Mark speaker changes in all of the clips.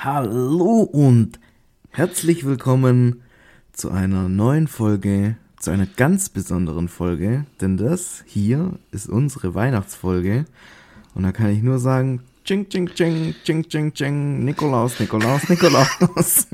Speaker 1: Hallo und herzlich willkommen zu einer neuen Folge, zu einer ganz besonderen Folge, denn das hier ist unsere Weihnachtsfolge und da kann ich nur sagen, tsching, tsching, tsching, tsching, tsching, tsching, Nikolaus, Nikolaus, Nikolaus.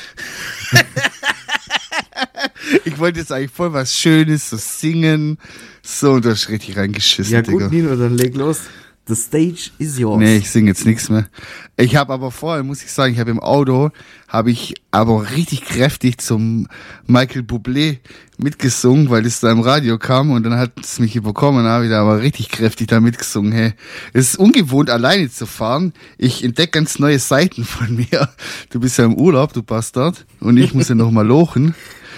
Speaker 2: Ich wollte jetzt eigentlich voll was Schönes, so singen, so, und da ist richtig reingeschissen,
Speaker 1: Ja gut,
Speaker 2: Digga.
Speaker 1: Nino, dann leg los. The stage is yours.
Speaker 2: Nee, ich singe jetzt nichts mehr. Ich habe aber vorher, muss ich sagen, im Auto, habe ich aber richtig kräftig zum Michael Bublé mitgesungen, weil das da im Radio kam und dann hat es mich überkommen, habe ich da aber richtig kräftig da mitgesungen. Hey, es ist ungewohnt, alleine zu fahren. Ich entdecke ganz neue Seiten von mir. Du bist ja im Urlaub, du Bastard, und ich muss ja noch mal lochen.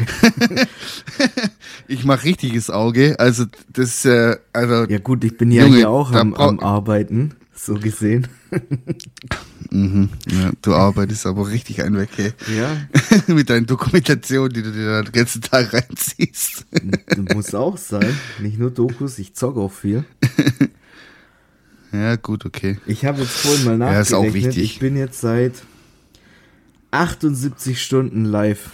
Speaker 2: Ich mache richtiges Auge, also das, also.
Speaker 1: Ja gut, ich bin ja
Speaker 2: Junge,
Speaker 1: hier auch am Arbeiten, so gesehen.
Speaker 2: Mhm, ja, du arbeitest aber richtig ein weg, hey.
Speaker 1: Ja.
Speaker 2: Mit deinen Dokumentationen, die du dir da den ganzen Tag reinziehst.
Speaker 1: Muss auch sein, nicht nur Dokus, ich zocke auch viel.
Speaker 2: Ja, gut, okay.
Speaker 1: Ich habe jetzt vorhin mal nachgerechnet,
Speaker 2: ist auch wichtig.
Speaker 1: Ich bin jetzt seit 78 Stunden live.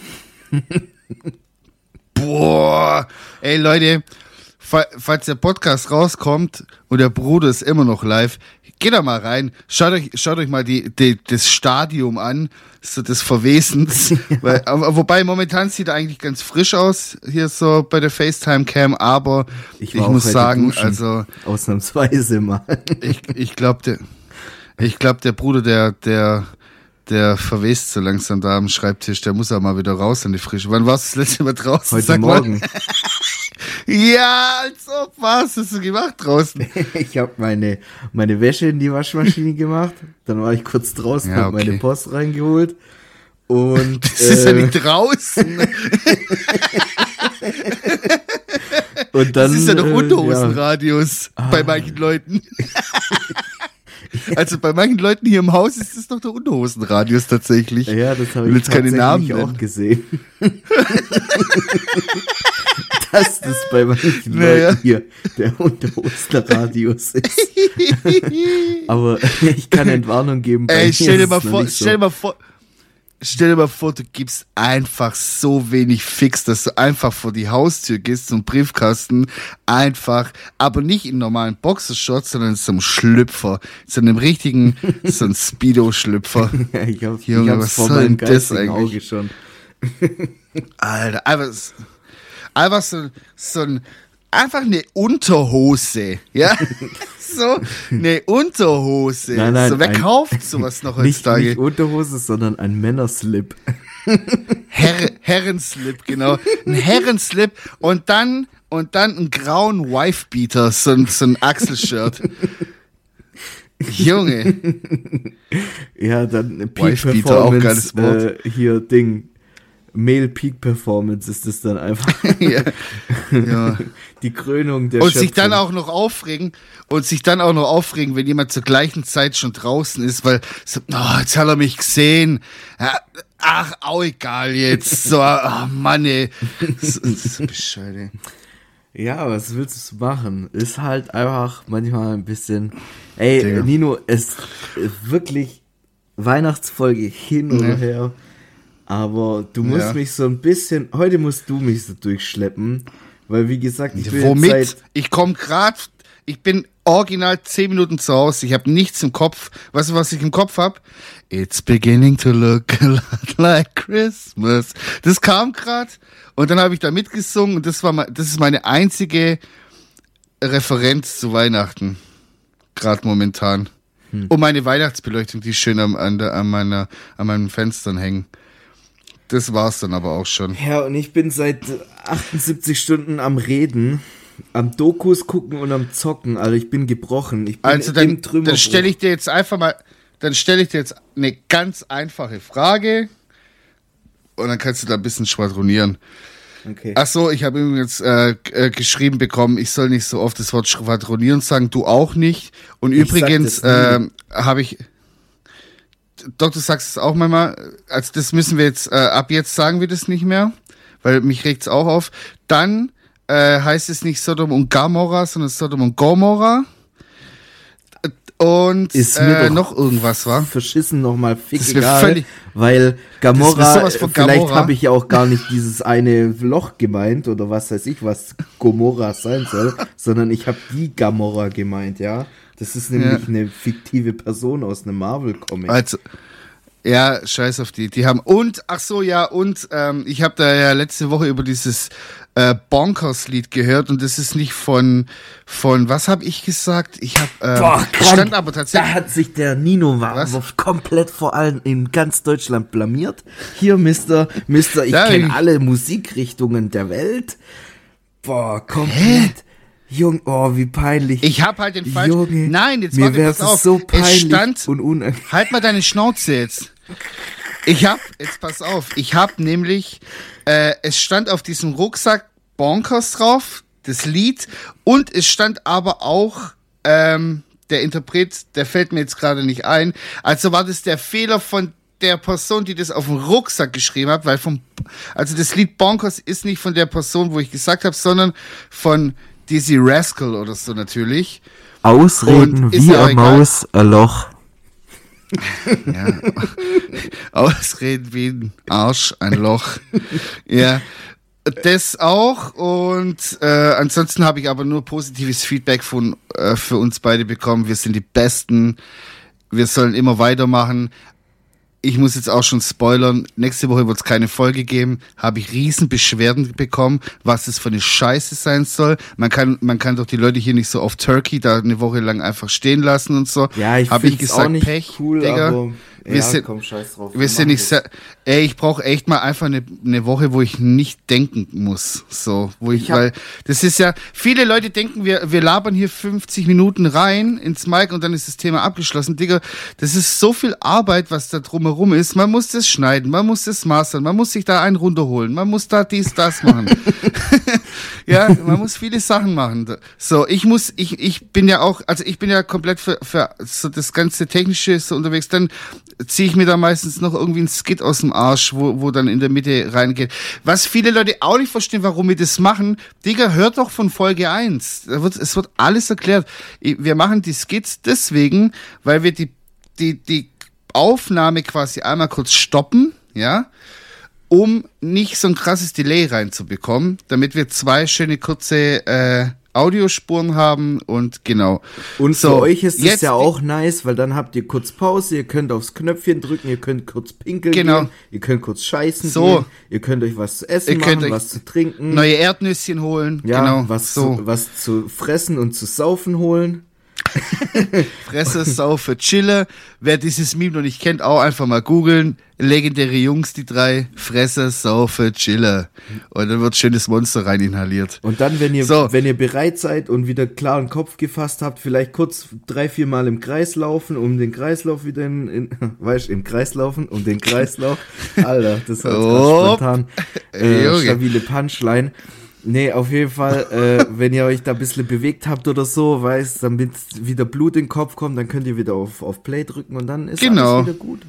Speaker 2: Boah, ey Leute, falls der Podcast rauskommt und der Bruder ist immer noch live, geht da mal rein, schaut euch mal das Stadium an, so des Verwesens. Wobei momentan sieht er eigentlich ganz frisch aus, hier so bei der FaceTime-Cam, aber ich muss sagen,
Speaker 1: duschen,
Speaker 2: also
Speaker 1: ausnahmsweise mal.
Speaker 2: ich glaube, der Bruder, der verwest so langsam da am Schreibtisch, der muss auch mal wieder raus in die Frische. Wann warst du das letzte Mal draußen?
Speaker 1: Heute Morgen.
Speaker 2: Ja, als ob, was hast du gemacht draußen?
Speaker 1: Ich habe meine Wäsche in die Waschmaschine gemacht, dann war ich kurz draußen,
Speaker 2: Ja,
Speaker 1: habe meine Post reingeholt und
Speaker 2: Das ist ja nicht draußen.
Speaker 1: und dann,
Speaker 2: Das ist ja doch Unterhosenradius bei manchen Leuten. Also bei manchen Leuten hier im Haus ist das doch der Unterhosenradius tatsächlich.
Speaker 1: Ja, das habe
Speaker 2: will
Speaker 1: ich
Speaker 2: jetzt keine Namen
Speaker 1: tatsächlich auch
Speaker 2: nennen.
Speaker 1: gesehen. Dass das bei manchen Leuten hier der Unterhosenradius ist. Aber ich kann Entwarnung geben. Bei
Speaker 2: Ey,
Speaker 1: mir
Speaker 2: stell dir
Speaker 1: ist
Speaker 2: mal
Speaker 1: es noch
Speaker 2: vor,
Speaker 1: nicht so.
Speaker 2: stell dir mal vor, du gibst einfach so wenig Fix, dass du einfach vor die Haustür gehst zum Briefkasten, einfach, aber nicht in normalen Boxershorts, sondern in so einem Schlüpfer, so einem richtigen, so einem Speedo-Schlüpfer.
Speaker 1: Ja, ich hab's
Speaker 2: Junge,
Speaker 1: hab's
Speaker 2: was
Speaker 1: vor
Speaker 2: soll
Speaker 1: meinem
Speaker 2: denn das
Speaker 1: geistigen
Speaker 2: eigentlich?
Speaker 1: Auge schon.
Speaker 2: Alter, einfach einfach eine Unterhose, ja? So, eine Unterhose.
Speaker 1: Nein,
Speaker 2: so, wer kauft sowas noch
Speaker 1: Nicht
Speaker 2: heutzutage?
Speaker 1: Unterhose, sondern ein Männerslip.
Speaker 2: Herrenslip, genau. Ein Herrenslip und dann einen grauen Wifebeater, so ein Achselshirt. Junge.
Speaker 1: Ja, dann Peak
Speaker 2: Wifebeater, auch geiles
Speaker 1: Performance,
Speaker 2: Wort.
Speaker 1: hier Ding. Male Peak Performance ist das dann einfach.
Speaker 2: Ja. Ja.
Speaker 1: Die Krönung der
Speaker 2: Und
Speaker 1: Schöpfung.
Speaker 2: sich dann auch noch aufregen, wenn jemand zur gleichen Zeit schon draußen ist, weil, so, jetzt hat er mich gesehen. Ja, ach, auch egal jetzt. So, Mann, ey. So bescheuert, ey.
Speaker 1: Ja, was willst du machen? Ist halt einfach manchmal ein bisschen. Ey,
Speaker 2: Digga.
Speaker 1: Nino, es ist wirklich Weihnachtsfolge hin oder her. Aber du musst mich so ein bisschen. Heute musst du mich so durchschleppen. Weil, wie gesagt, ich bin
Speaker 2: Womit?
Speaker 1: jetzt
Speaker 2: Ich bin original 10 Minuten zu Hause. Ich habe nichts im Kopf. Weißt du, was ich im Kopf habe? It's beginning to look a lot like Christmas. Das kam gerade und dann habe ich da mitgesungen und das ist meine einzige Referenz zu Weihnachten. Gerade momentan. Und meine Weihnachtsbeleuchtung, die schön an meinen Fenstern hängen. Das war's dann aber auch schon.
Speaker 1: Ja, und ich bin seit 78 Stunden am Reden, am Dokus gucken und am Zocken. Also ich bin gebrochen. Ich bin
Speaker 2: Also
Speaker 1: im
Speaker 2: dann stelle ich dir jetzt eine ganz einfache Frage und dann kannst du da ein bisschen schwadronieren.
Speaker 1: Okay.
Speaker 2: Ach so, ich habe übrigens geschrieben bekommen, ich soll nicht so oft das Wort schwadronieren sagen, du auch nicht. Und übrigens habe ich... Doch, du sagst es auch manchmal, also das müssen wir jetzt, ab jetzt sagen wir das nicht mehr, weil mich regt's auch auf. Dann heißt es nicht Sodom und Gomorra, sondern Sodom und Gomorra. Und
Speaker 1: ist mir doch
Speaker 2: noch irgendwas, war?
Speaker 1: verschissen nochmal
Speaker 2: Das
Speaker 1: fick
Speaker 2: ist mir
Speaker 1: egal,
Speaker 2: völlig-
Speaker 1: weil
Speaker 2: Das
Speaker 1: Gamora,
Speaker 2: ist sowas von
Speaker 1: vielleicht
Speaker 2: Gamora.
Speaker 1: habe ich ja auch gar nicht dieses eine Loch gemeint oder was weiß ich, was Gomorra sein soll, sondern ich habe die Gamora gemeint, ja. Das ist nämlich eine fiktive Person aus einem Marvel-Comic.
Speaker 2: Also, ja, scheiß auf die. Die haben, und, ach so, ja, und ich habe da ja letzte Woche über dieses Bonkers-Lied gehört und das ist nicht von was habe ich gesagt? Ich habe stand aber tatsächlich.
Speaker 1: Da hat sich der Nino Warmhoff komplett vor allem in ganz Deutschland blamiert. Hier, Mister, ich
Speaker 2: Ja,
Speaker 1: kenne alle Musikrichtungen der Welt. Boah, komplett. Jung, oh, wie peinlich.
Speaker 2: Ich habe halt den falschen.
Speaker 1: Junge,
Speaker 2: Nein, jetzt
Speaker 1: mir
Speaker 2: warte,
Speaker 1: wär's
Speaker 2: pass auf.
Speaker 1: so peinlich
Speaker 2: Es stand,
Speaker 1: und unangenehm.
Speaker 2: halt mal deine Schnauze jetzt. Jetzt pass auf, ich habe nämlich, es stand auf diesem Rucksack Bonkers drauf, das Lied, und es stand aber auch, der Interpret, der fällt mir jetzt gerade nicht ein, also war das der Fehler von der Person, die das auf dem Rucksack geschrieben hat, weil also das Lied Bonkers ist nicht von der Person, wo ich gesagt habe, sondern von Dizzy Rascal oder so natürlich.
Speaker 1: Ausreden
Speaker 2: Und ist
Speaker 1: wie
Speaker 2: ja auch
Speaker 1: eine
Speaker 2: egal.
Speaker 1: Maus, ein Loch.
Speaker 2: Ja. Ausreden wie ein Arsch, ein Loch. Ja, das auch. Und ansonsten habe ich aber nur positives Feedback für uns beide bekommen. Wir sind die Besten. Wir sollen immer weitermachen. Ich muss jetzt auch schon spoilern. Nächste Woche wird es keine Folge geben. Habe ich riesen Beschwerden bekommen, was das für eine Scheiße sein soll. Man kann doch die Leute hier nicht so auf Turkey da eine Woche lang einfach stehen lassen und so.
Speaker 1: Ja, ich
Speaker 2: Habe ich
Speaker 1: find's
Speaker 2: gesagt,
Speaker 1: auch nicht
Speaker 2: Pech,
Speaker 1: cool,
Speaker 2: Digga.
Speaker 1: aber
Speaker 2: Wir
Speaker 1: ja,
Speaker 2: sind-
Speaker 1: komm, scheiß drauf.
Speaker 2: Wir sind nicht sehr, ich brauche echt mal einfach eine Woche, wo ich nicht denken muss. So, weil das ist ja, viele Leute denken, wir labern hier 50 Minuten rein ins Mic und dann ist das Thema abgeschlossen. Digga, das ist so viel Arbeit, was da drumherum ist. Man muss das schneiden, man muss das mastern, man muss sich da einen runterholen, man muss da das machen. Ja, man muss viele Sachen machen. So, ich bin ja komplett für so das ganze Technische so unterwegs. Dann ziehe ich mir da meistens noch irgendwie ein Skit aus dem Arsch, wo dann in der Mitte reingeht. Was viele Leute auch nicht verstehen, warum wir das machen. Digga, hört doch von Folge 1. Es wird alles erklärt. Wir machen die Skits deswegen, weil wir die Aufnahme quasi einmal kurz stoppen, ja, um nicht so ein krasses Delay reinzubekommen, damit wir 2 schöne kurze Audiospuren haben und genau.
Speaker 1: Und
Speaker 2: so,
Speaker 1: für euch ist es
Speaker 2: jetzt
Speaker 1: ja auch nice, weil dann habt ihr kurz Pause, ihr könnt aufs Knöpfchen drücken, ihr könnt kurz pinkeln
Speaker 2: Genau.
Speaker 1: gehen, ihr könnt kurz scheißen
Speaker 2: So.
Speaker 1: gehen, ihr könnt euch was zu essen
Speaker 2: Ihr könnt
Speaker 1: machen,
Speaker 2: euch
Speaker 1: was zu trinken,
Speaker 2: neue Erdnüsschen holen,
Speaker 1: ja,
Speaker 2: genau.
Speaker 1: was zu fressen und zu saufen holen.
Speaker 2: Fresse, Saufe, Chille. Wer dieses Meme noch nicht kennt, auch einfach mal googeln. Legendäre Jungs, die 3. Fresse, Saufe, Chille. Und dann wird schönes Monster rein inhaliert.
Speaker 1: Und dann, wenn ihr
Speaker 2: So.
Speaker 1: bereit seid und wieder klaren Kopf gefasst habt, vielleicht kurz 3-4 Mal im Kreis laufen, um den Kreislauf wieder im Kreis laufen, um den Kreislauf. Alter, das war jetzt
Speaker 2: Oh.
Speaker 1: ganz spontan.
Speaker 2: Junge.
Speaker 1: Stabile Punchline. Nee, auf jeden Fall, wenn ihr euch da ein bisschen bewegt habt oder so, weißt, damit wieder Blut in den Kopf kommt, dann könnt ihr wieder auf Play drücken und dann ist
Speaker 2: Genau.
Speaker 1: alles wieder gut.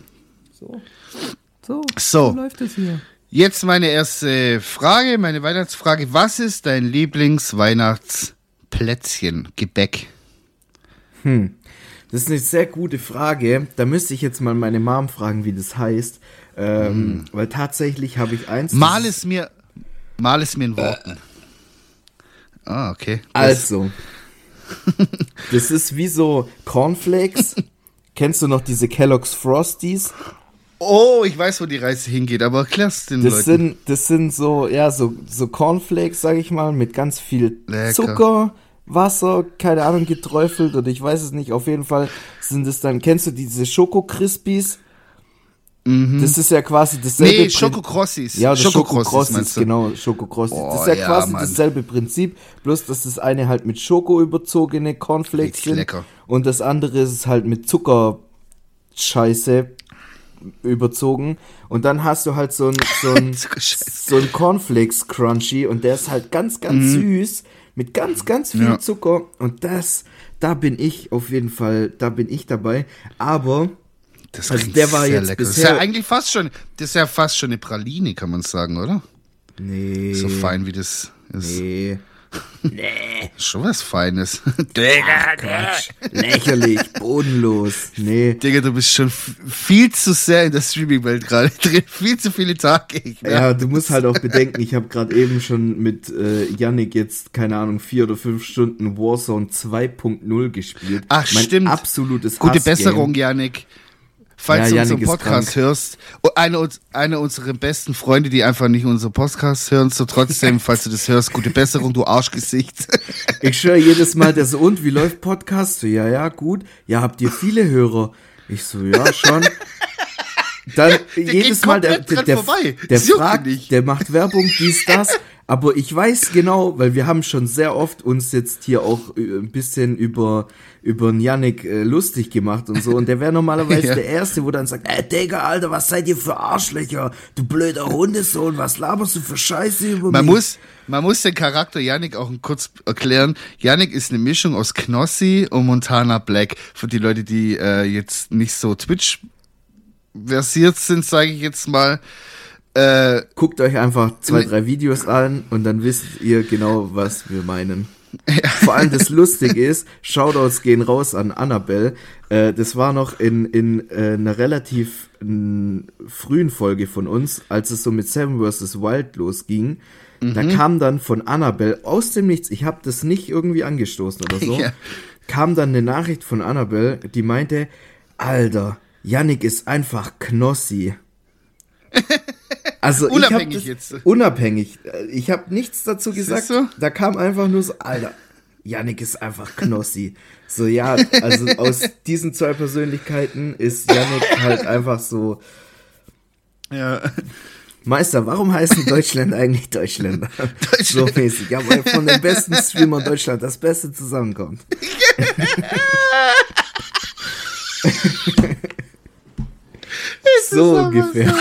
Speaker 1: So läuft es hier.
Speaker 2: Jetzt meine erste Frage, meine Weihnachtsfrage. Was ist dein Lieblings-Weihnachtsplätzchen, Gebäck?
Speaker 1: Das ist eine sehr gute Frage. Da müsste ich jetzt mal meine Mom fragen, wie das heißt. Weil tatsächlich habe ich eins.
Speaker 2: Mal es mir in Worten. Okay.
Speaker 1: Also. Das ist wie so Cornflakes. Kennst du noch diese Kellogg's Frosties?
Speaker 2: Oh, ich weiß, wo die Reise hingeht, aber erklär's den Leuten.
Speaker 1: Das sind so, ja, so Cornflakes, sag ich mal, mit ganz viel
Speaker 2: Lecker.
Speaker 1: Zucker, Wasser, keine Ahnung, geträufelt oder ich weiß es nicht. Auf jeden Fall sind es dann, kennst du diese Schoko-Crispies? Das ist ja quasi dasselbe.
Speaker 2: Nee, Schokokrossis.
Speaker 1: Ja, oder
Speaker 2: Schokokrossis
Speaker 1: Schokokrossis,
Speaker 2: meinst du?
Speaker 1: genau, Schokokrossis.
Speaker 2: Oh,
Speaker 1: Das ist ja
Speaker 2: ja,
Speaker 1: quasi
Speaker 2: Mann.
Speaker 1: dasselbe Prinzip, bloß dass das eine halt mit Schoko überzogene Cornflakes
Speaker 2: Richtig
Speaker 1: sind
Speaker 2: lecker.
Speaker 1: und das andere ist halt mit Zuckerscheiße überzogen und dann hast du halt so ein Cornflakes Crunchy und der ist halt ganz, ganz süß mit ganz, ganz viel
Speaker 2: Ja.
Speaker 1: Zucker und da bin ich auf jeden Fall, da bin ich dabei, aber
Speaker 2: Das
Speaker 1: Also
Speaker 2: klingt
Speaker 1: der war
Speaker 2: sehr
Speaker 1: jetzt
Speaker 2: lecker. Das ist
Speaker 1: bisher-
Speaker 2: ja eigentlich fast schon eine Praline, kann man sagen, oder?
Speaker 1: nee.
Speaker 2: So fein wie das ist.
Speaker 1: Nee. Nee.
Speaker 2: Schon was Feines.
Speaker 1: Digga, Quatsch. Lächerlich, bodenlos. Nee.
Speaker 2: Digga, du bist schon viel zu sehr in der Streaming-Welt gerade drin. Viel zu viele Tage.
Speaker 1: Ja, du musst halt auch bedenken, ich habe gerade eben schon mit Yannick jetzt, keine Ahnung, 4 oder 5 Stunden Warzone 2.0 gespielt.
Speaker 2: Ach,
Speaker 1: mein
Speaker 2: stimmt.
Speaker 1: Absolutes
Speaker 2: Gute
Speaker 1: Hassgame.
Speaker 2: Besserung, Yannick. Falls du
Speaker 1: Yannick
Speaker 2: unseren Podcast hörst, eine unserer besten Freunde, die einfach nicht unseren Podcast hören, so trotzdem, falls du das hörst, gute Besserung, du Arschgesicht.
Speaker 1: Ich schwöre jedes Mal, der so, und, wie läuft Podcast? So, ja, gut. Ja, habt ihr viele Hörer? Ich so, ja, schon. Dann jedes Mal, der fragt, der macht Werbung, dies, das. Aber ich weiß genau, weil wir haben schon sehr oft uns jetzt hier auch ein bisschen über den Yannick lustig gemacht und so. Und der wäre normalerweise der Erste, wo dann sagt, Digga, Alter, was seid ihr für Arschlöcher? Du blöder Hundesohn, was laberst du für Scheiße über mich?
Speaker 2: Man muss den Charakter Yannick auch kurz erklären. Yannick ist eine Mischung aus Knossi und Montana Black. Für die Leute, die jetzt nicht so Twitch-versiert sind, sage ich jetzt mal.
Speaker 1: Guckt euch einfach 2, 3 Videos an und dann wisst ihr genau, was wir meinen. Ja. Vor allem das Lustige ist, Shoutouts gehen raus an Annabelle. Das war noch in einer relativ frühen Folge von uns, als es so mit Seven vs. Wild losging. Da kam dann von Annabelle aus dem Nichts, ich habe das nicht irgendwie angestoßen oder so, kam dann eine Nachricht von Annabelle, die meinte, Alter, Yannick ist einfach Knossi. Also
Speaker 2: unabhängig jetzt.
Speaker 1: Unabhängig. Ich habe nichts dazu gesagt.
Speaker 2: So?
Speaker 1: Da kam einfach nur so, Alter, Yannick ist einfach Knossi. So, ja, also aus diesen 2 Persönlichkeiten ist Yannick halt einfach so.
Speaker 2: Ja.
Speaker 1: Meister, warum heißen Deutschland eigentlich Deutschländer? So mäßig. Ja, weil von den besten Streamern Deutschland das Beste zusammenkommt. So ungefähr.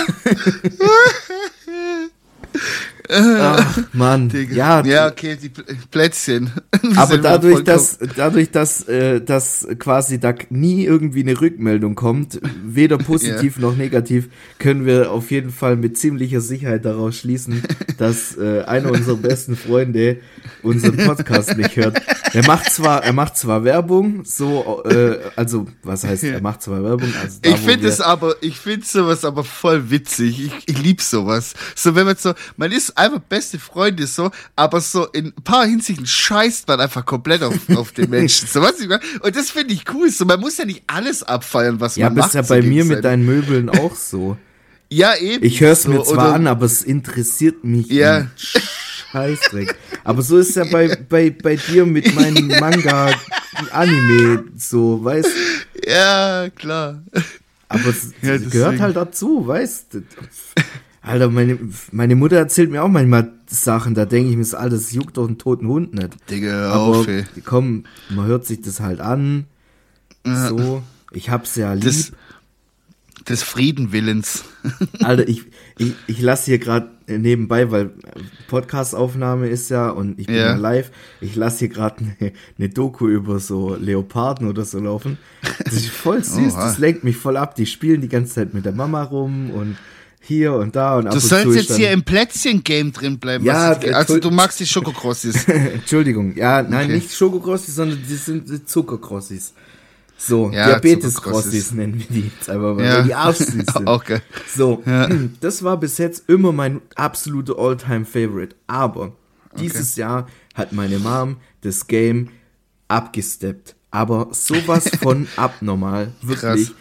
Speaker 1: Ach, Mann.
Speaker 2: Ja, okay, die Plätzchen.
Speaker 1: Aber dadurch, dass quasi da nie irgendwie eine Rückmeldung kommt, weder positiv noch negativ, können wir auf jeden Fall mit ziemlicher Sicherheit daraus schließen, dass einer unserer besten Freunde unseren Podcast nicht hört. Er macht zwar Werbung, so, also, was heißt, er macht zwar Werbung, also da,
Speaker 2: ich finde sowas aber voll witzig. Ich lieb sowas. So, wenn man ist einfach beste Freunde so, aber so in ein paar Hinsichten scheißt man einfach komplett auf den Menschen. So, was ich meine? Und das finde ich cool. So, man muss ja nicht alles abfeiern, was man macht.
Speaker 1: Ja, bist ja bei mir mit deinen Möbeln auch so.
Speaker 2: Ja, eben.
Speaker 1: Ich höre es mir zwar an, aber es interessiert mich
Speaker 2: nicht.
Speaker 1: Scheißdreck. Aber so ist ja bei dir mit meinem Manga-Anime so, weißt du?
Speaker 2: Ja, klar.
Speaker 1: Aber es gehört halt dazu, weißt du? Alter, meine Mutter erzählt mir auch manchmal Sachen, da denke ich mir, Alter, das juckt doch einen toten Hund nicht.
Speaker 2: Digga,
Speaker 1: aber komm, man hört sich das halt an. Ja. So, ich hab's ja lieb.
Speaker 2: Des Friedenwillens.
Speaker 1: Alter, ich lasse hier gerade nebenbei, weil Podcast-Aufnahme ist ja und ich bin ja live, ich lasse hier gerade eine Doku über so Leoparden oder so laufen. Das ist voll süß, das lenkt mich voll ab. Die spielen die ganze Zeit mit der Mama rum und hier und da und ab
Speaker 2: du
Speaker 1: und
Speaker 2: sollst jetzt hier im Plätzchen-Game drin bleiben.
Speaker 1: Ja,
Speaker 2: also du magst die Schokokrossis.
Speaker 1: Entschuldigung, ja, nein, nicht Schokokrossis, sondern die sind Zuckerkrossis. So,
Speaker 2: ja,
Speaker 1: Diabetes-Crossis nennen wir die jetzt einfach mal, weil die arschsüß sind.
Speaker 2: Okay.
Speaker 1: So, das war bis jetzt immer mein absoluter All-Time-Favorite. Aber dieses Jahr hat meine Mom das Game abgesteppt. Aber sowas von abnormal. Wirklich.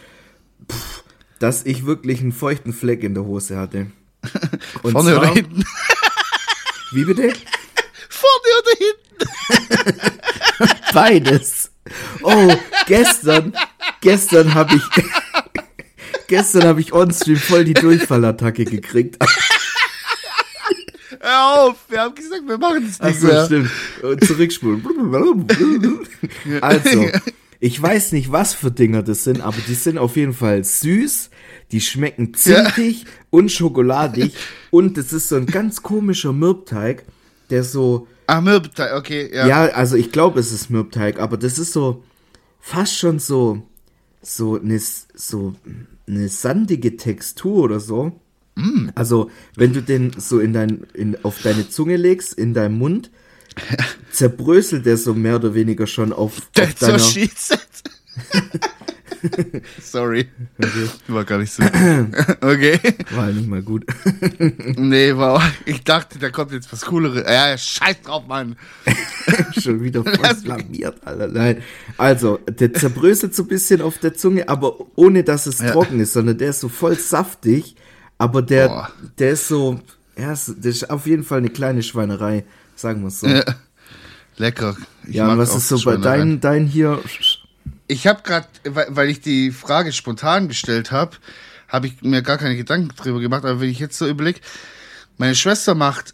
Speaker 1: Dass ich wirklich einen feuchten Fleck in der Hose hatte. Und
Speaker 2: vorne oder hinten?
Speaker 1: Wie bitte?
Speaker 2: Vorne oder hinten?
Speaker 1: Beides. Oh, gestern habe ich on-stream voll die Durchfallattacke gekriegt.
Speaker 2: Hör auf, wir haben gesagt, wir machen das nicht mehr.
Speaker 1: Stimmt. Zurückspulen. Also, ich weiß nicht, was für Dinger das sind, aber die sind auf jeden Fall süß, die schmecken zimtig und schokoladig und das ist so ein ganz komischer Mürbteig, der so...
Speaker 2: Mürbteig, okay, ja.
Speaker 1: Ja, also ich glaube, es ist Mürbteig, aber das ist so fast schon so eine sandige Textur oder so. Also, wenn du den so auf deine Zunge legst, in deinem Mund, zerbröselt der so mehr oder weniger schon auf
Speaker 2: That's
Speaker 1: deiner...
Speaker 2: what she said. Sorry.
Speaker 1: Okay.
Speaker 2: War gar nicht so. Okay.
Speaker 1: War halt nicht mal gut.
Speaker 2: Nee, ich dachte, da kommt jetzt was Cooleres. Ja, scheiß drauf, Mann.
Speaker 1: Schon wieder voll flamiert, Alter. Nein. Also, der zerbröselt so ein bisschen auf der Zunge, aber ohne, dass es trocken ist, sondern der ist so voll saftig, aber der ist so, ja, das ist auf jeden Fall eine kleine Schweinerei, sagen wir es so.
Speaker 2: Ja. Lecker.
Speaker 1: Ja, und was ist so bei dein hier...
Speaker 2: Ich habe gerade, weil ich die Frage spontan gestellt habe ich mir gar keine Gedanken drüber gemacht, aber wenn ich jetzt so überlege, meine Schwester macht,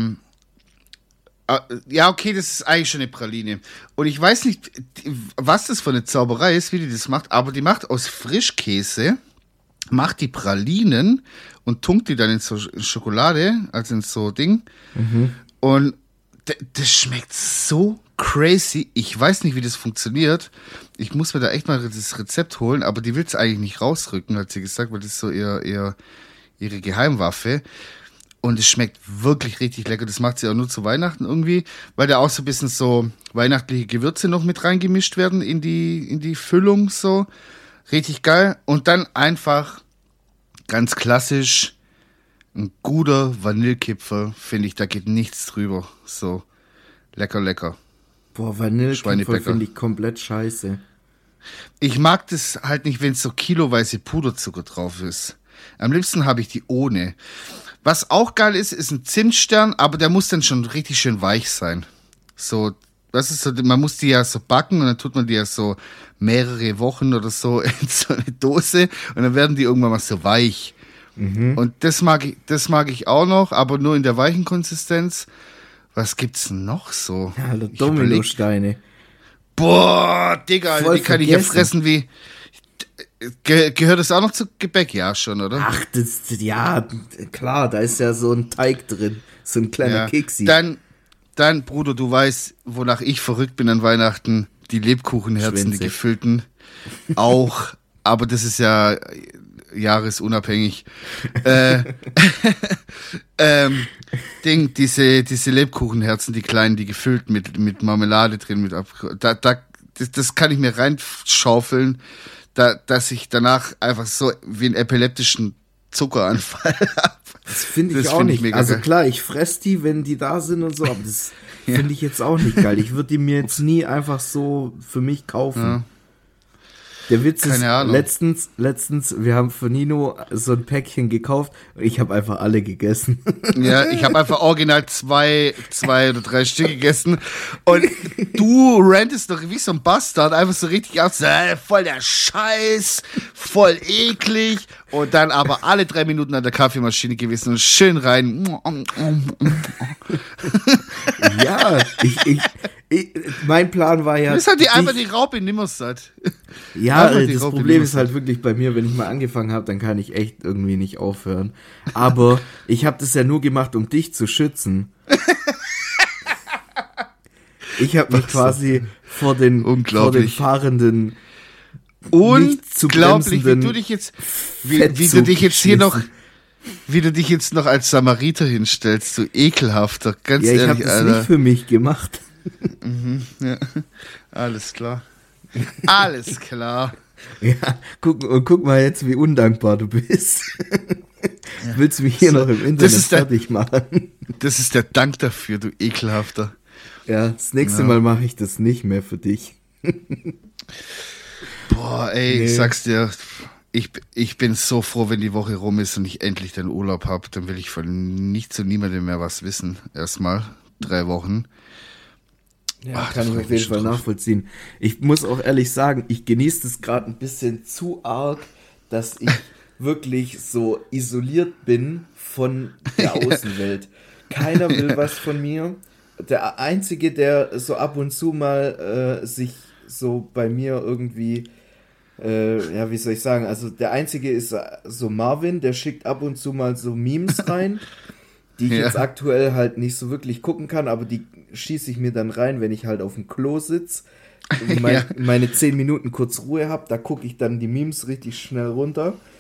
Speaker 2: ja, okay, das ist eigentlich schon eine Praline. Und ich weiß nicht, was das für eine Zauberei ist, wie die das macht, aber die macht aus Frischkäse, macht die Pralinen und tunkt die dann in so Schokolade, also in so Ding. Und das schmeckt so crazy. Ich weiß nicht, wie das funktioniert. Ich muss mir da echt mal das Rezept holen, aber die will es eigentlich nicht rausrücken, hat sie gesagt, weil das ist so ihre Geheimwaffe. Und es schmeckt wirklich richtig lecker. Das macht sie auch nur zu Weihnachten irgendwie, weil da auch so ein bisschen so weihnachtliche Gewürze noch mit reingemischt werden in die Füllung so. Richtig geil. Und dann einfach ganz klassisch ein guter Vanillekipferl, finde ich, da geht nichts drüber. So, lecker, lecker.
Speaker 1: Boah, Vanillekipferl finde ich komplett scheiße.
Speaker 2: Ich mag das halt nicht, wenn so kiloweise Puderzucker drauf ist. Am liebsten habe ich die ohne. Was auch geil ist ein Zimtstern, aber der muss dann schon richtig schön weich sein. So, das ist so, man muss die ja so backen und dann tut man die ja so mehrere Wochen oder so in so eine Dose und dann werden die irgendwann mal so weich. Und das mag ich auch noch, aber nur in der weichen Konsistenz. Was gibt's noch so?
Speaker 1: Ja, Dominosteine.
Speaker 2: Boah, Digga,
Speaker 1: Voll
Speaker 2: die kann ich ja fressen wie... Gehört das auch noch zu Gebäck? Ja, schon, oder?
Speaker 1: Ach, ja, klar, da ist ja so ein Teig drin. So ein kleiner Keksi.
Speaker 2: Dann, Bruder, du weißt, wonach ich verrückt bin an Weihnachten. Die Lebkuchenherzen,
Speaker 1: Schwänze.
Speaker 2: die gefüllten. Auch, aber das ist ja jahresunabhängig. Diese Lebkuchenherzen, die kleinen, die gefüllt mit Marmelade drin, das kann ich mir reinschaufeln, dass ich danach einfach so wie einen epileptischen Zuckeranfall habe.
Speaker 1: Das finde ich auch nicht. Also klar, ich fress die, wenn die da sind und so, aber das finde ich jetzt auch nicht geil. Ich würde die mir jetzt nie einfach so für mich kaufen. Ja. Der Witz ist, letztens, wir haben für Nino so ein Päckchen gekauft und ich habe einfach alle gegessen.
Speaker 2: Ja, ich habe einfach original zwei oder drei Stück gegessen und du rantest doch wie so ein Bastard, einfach so richtig aus, voll der Scheiß, voll eklig und dann aber alle 3 Minuten an der Kaffeemaschine gewesen und schön rein.
Speaker 1: Ja, mein Plan war ja...
Speaker 2: Das hat die einfach die Raupe nimmer satt.
Speaker 1: Ja, das Problem ist halt wirklich bei mir, wenn ich mal angefangen habe, dann kann ich echt irgendwie nicht aufhören. Aber ich habe das ja nur gemacht, um dich zu schützen. Ich habe mich quasi vor den fahrenden, nicht zu bremsenden,
Speaker 2: wie du dich jetzt noch als Samariter hinstellst, du ekelhafter, ganz ehrlich,
Speaker 1: Alter. Ich habe das nicht für mich gemacht.
Speaker 2: Ja. Alles klar. Alles klar.
Speaker 1: Ja, guck mal jetzt, wie undankbar du bist. Ja. Willst du mich hier noch im Internet fertig machen?
Speaker 2: Das ist der Dank dafür, du Ekelhafter.
Speaker 1: Ja, das nächste Mal mache ich das nicht mehr für dich.
Speaker 2: Boah, ey, Ich sag's dir, ich bin so froh, wenn die Woche rum ist und ich endlich den Urlaub habe. Dann will ich von nichts und niemandem mehr was wissen. Erstmal 3 Wochen.
Speaker 1: Ja, kann ich auf jeden Fall nachvollziehen. Ich muss auch ehrlich sagen, ich genieße das gerade ein bisschen zu arg, dass ich wirklich so isoliert bin von der Außenwelt. Keiner will was von mir. Der Einzige, der so ab und zu mal sich so bei mir irgendwie, wie soll ich sagen, also der Einzige ist so Marvin, der schickt ab und zu mal so Memes rein, die ich jetzt aktuell halt nicht so wirklich gucken kann, aber die schieße ich mir dann rein, wenn ich halt auf dem Klo sitze und meine 10 Minuten kurz Ruhe habe, da gucke ich dann die Memes richtig schnell runter.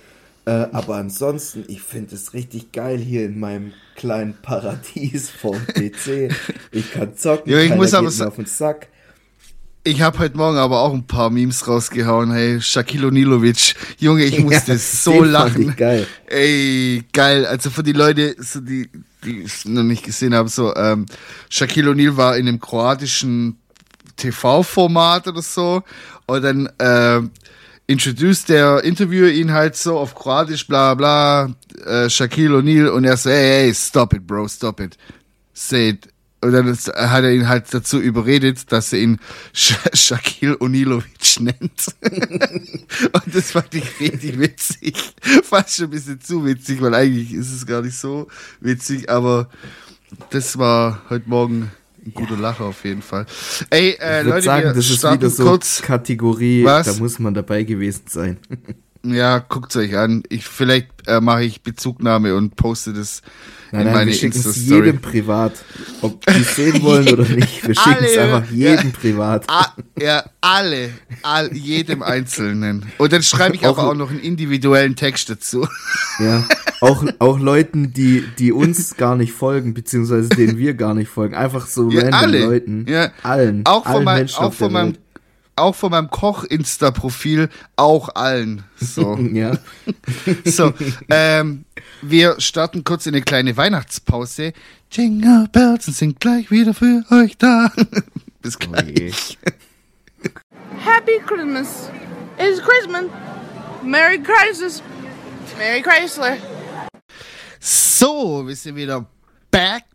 Speaker 1: Aber ansonsten, ich finde es richtig geil hier in meinem kleinen Paradies vom PC. Ich kann zocken,
Speaker 2: Ja, ich
Speaker 1: keiner
Speaker 2: muss aber
Speaker 1: geht mir auf den Sack.
Speaker 2: Ich habe heute Morgen aber auch ein paar Memes rausgehauen. Hey, Shaquille O'Nealovic. Junge, ich musste so
Speaker 1: den
Speaker 2: lachen.
Speaker 1: Fand ich geil.
Speaker 2: Ey, geil. Also für die Leute, so die es noch nicht gesehen haben, so, Shaquille O'Neal war in einem kroatischen TV-Format oder so. Und dann, introduced der Interviewer ihn halt so auf Kroatisch, bla bla, Shaquille O'Neal. Und er so, hey, stop it, bro, stop it. Say it. Und dann hat er ihn halt dazu überredet, dass er ihn Shaquille O'Nealovic nennt. Und das fand ich richtig witzig. Fast schon ein bisschen zu witzig, weil eigentlich ist es gar nicht so witzig, aber das war heute Morgen ein guter Lacher auf jeden Fall. Ey,
Speaker 1: ich
Speaker 2: Leute,
Speaker 1: sagen,
Speaker 2: wir
Speaker 1: das ist
Speaker 2: starten
Speaker 1: wieder so
Speaker 2: kurz.
Speaker 1: Kategorie,
Speaker 2: Was?
Speaker 1: da muss man dabei gewesen sein.
Speaker 2: Ja, guckt's euch an. Vielleicht mache ich Bezugnahme und poste das in meine
Speaker 1: wir schicken es
Speaker 2: Insta-Story.
Speaker 1: jedem privat. Ob die es sehen wollen oder nicht. Wir schicken es
Speaker 2: Alle,
Speaker 1: einfach jedem privat.
Speaker 2: Ja, jedem Einzelnen. Und dann schreibe ich aber auch noch einen individuellen Text dazu.
Speaker 1: Ja, auch Leuten, die uns gar nicht folgen, beziehungsweise denen wir gar nicht folgen. Einfach so
Speaker 2: Ja,
Speaker 1: random
Speaker 2: alle.
Speaker 1: Leuten.
Speaker 2: Ja.
Speaker 1: Allen.
Speaker 2: Auch
Speaker 1: allen Menschen auf der Welt.
Speaker 2: Auch von meinem Koch-Insta-Profil, auch allen. So.
Speaker 1: Ja.
Speaker 2: So, wir starten kurz in eine kleine Weihnachtspause. Jingle Bells sind gleich wieder für euch da. Bis gleich.
Speaker 3: Happy Christmas. It's Christmas. Merry Christmas. Merry Chrysler.
Speaker 2: So, wir sind wieder back.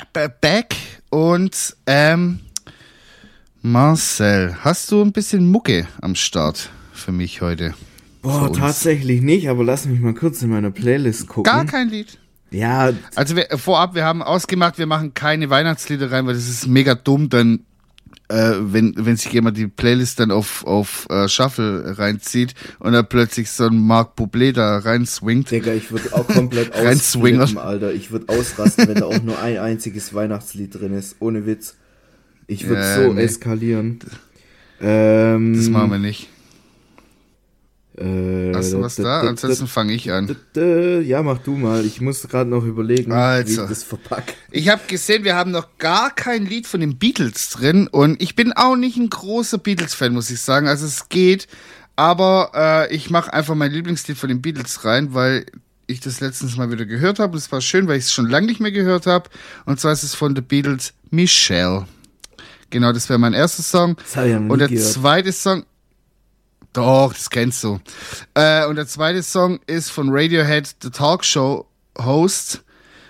Speaker 2: Und, Marcel, hast du ein bisschen Mucke am Start für mich heute?
Speaker 1: Boah, tatsächlich nicht, aber lass mich mal kurz in meiner Playlist gucken.
Speaker 2: Gar kein Lied.
Speaker 1: Ja,
Speaker 2: Also wir haben ausgemacht, wir machen keine Weihnachtslieder rein, weil das ist mega dumm, dann wenn sich jemand die Playlist dann auf Shuffle reinzieht und dann plötzlich so ein Marc Bublé da reinswingt.
Speaker 1: Digga, ich würde auch komplett ausflippen, Alter. Ich würde ausrasten, wenn da auch nur ein einziges Weihnachtslied drin ist. Ohne Witz. Ich würde eskalieren.
Speaker 2: Das machen wir nicht. Hast du was da? Ansonsten fange ich an.
Speaker 1: Ja, mach du mal. Ich muss gerade noch überlegen, wie ich das verpacke.
Speaker 2: Ich habe gesehen, wir haben noch gar kein Lied von den Beatles drin und ich bin auch nicht ein großer Beatles-Fan, muss ich sagen. Also es geht, aber ich mache einfach mein Lieblingslied von den Beatles rein, weil ich das letztens mal wieder gehört habe. Und es war schön, weil ich es schon lange nicht mehr gehört habe. Und zwar ist es von The Beatles, Michelle. Genau, das wäre mein erster Song.
Speaker 1: Das hab ich ja noch
Speaker 2: Und
Speaker 1: nie
Speaker 2: der
Speaker 1: gehört.
Speaker 2: zweite Song... Doch, das kennst du. Und der zweite Song ist von Radiohead, The Talk Show Host.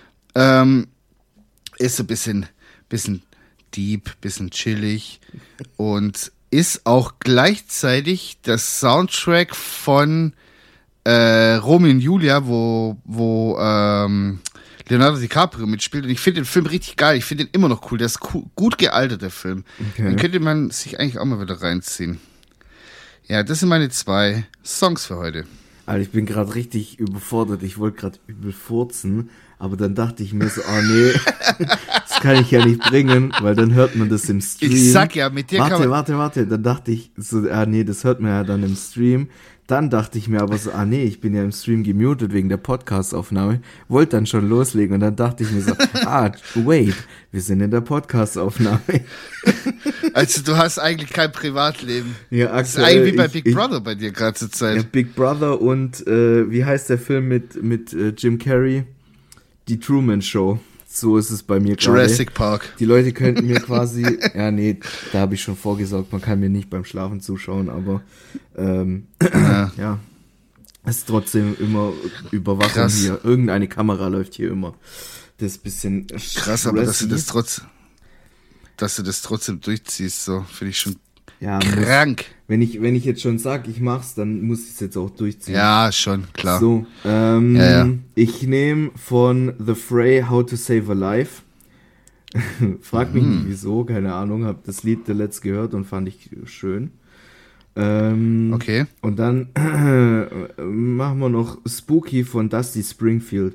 Speaker 2: Ist so ein bisschen deep, bisschen chillig und ist auch gleichzeitig der Soundtrack von Romeo und Julia, wo Leonardo DiCaprio mitspielt. Und ich finde den Film richtig geil. Ich finde den immer noch cool. Der ist gut gealtert, der Film.
Speaker 1: Okay.
Speaker 2: Den könnte man sich eigentlich auch mal wieder reinziehen. Ja, das sind meine 2 Songs für heute.
Speaker 1: Alter, ich bin gerade richtig überfordert. Ich wollte gerade übel furzen, aber dann dachte ich mir so, nee, das kann ich ja nicht bringen, weil dann hört man das im Stream.
Speaker 2: Ich sag ja, mit dir kann man...
Speaker 1: Warte. Dann dachte ich so, nee, das hört man ja dann im Stream. Dann dachte ich mir aber so, nee, ich bin ja im Stream gemutet wegen der Podcast-Aufnahme. Wollte dann schon loslegen und dann dachte ich mir so, wait, wir sind in der Podcast-Aufnahme.
Speaker 2: Also du hast eigentlich kein Privatleben.
Speaker 1: Ja,
Speaker 2: das ist eigentlich wie bei Big Brother bei dir gerade zur Zeit.
Speaker 1: Ja, Big Brother und wie heißt der Film mit Jim Carrey? Die Truman Show. So ist es bei mir gerade.
Speaker 2: Jurassic Park.
Speaker 1: Die Leute könnten mir quasi, da habe ich schon vorgesorgt, man kann mir nicht beim Schlafen zuschauen, aber ja, es ist trotzdem immer Überwachung
Speaker 2: Krass.
Speaker 1: hier. Irgendeine Kamera läuft hier immer. Das ist ein bisschen
Speaker 2: Krass, aber dass du das trotzdem durchziehst, so finde ich schon krank.
Speaker 1: Wenn ich jetzt schon sage, ich mach's, dann muss ich es jetzt auch durchziehen.
Speaker 2: Ja, schon, klar.
Speaker 1: So,
Speaker 2: ja.
Speaker 1: Ich nehme von The Fray How to Save a Life. Frag mich nicht wieso, keine Ahnung, habe das Lied zuletzt gehört und fand ich schön.
Speaker 2: Okay.
Speaker 1: Und dann machen wir noch Spooky von Dusty Springfield.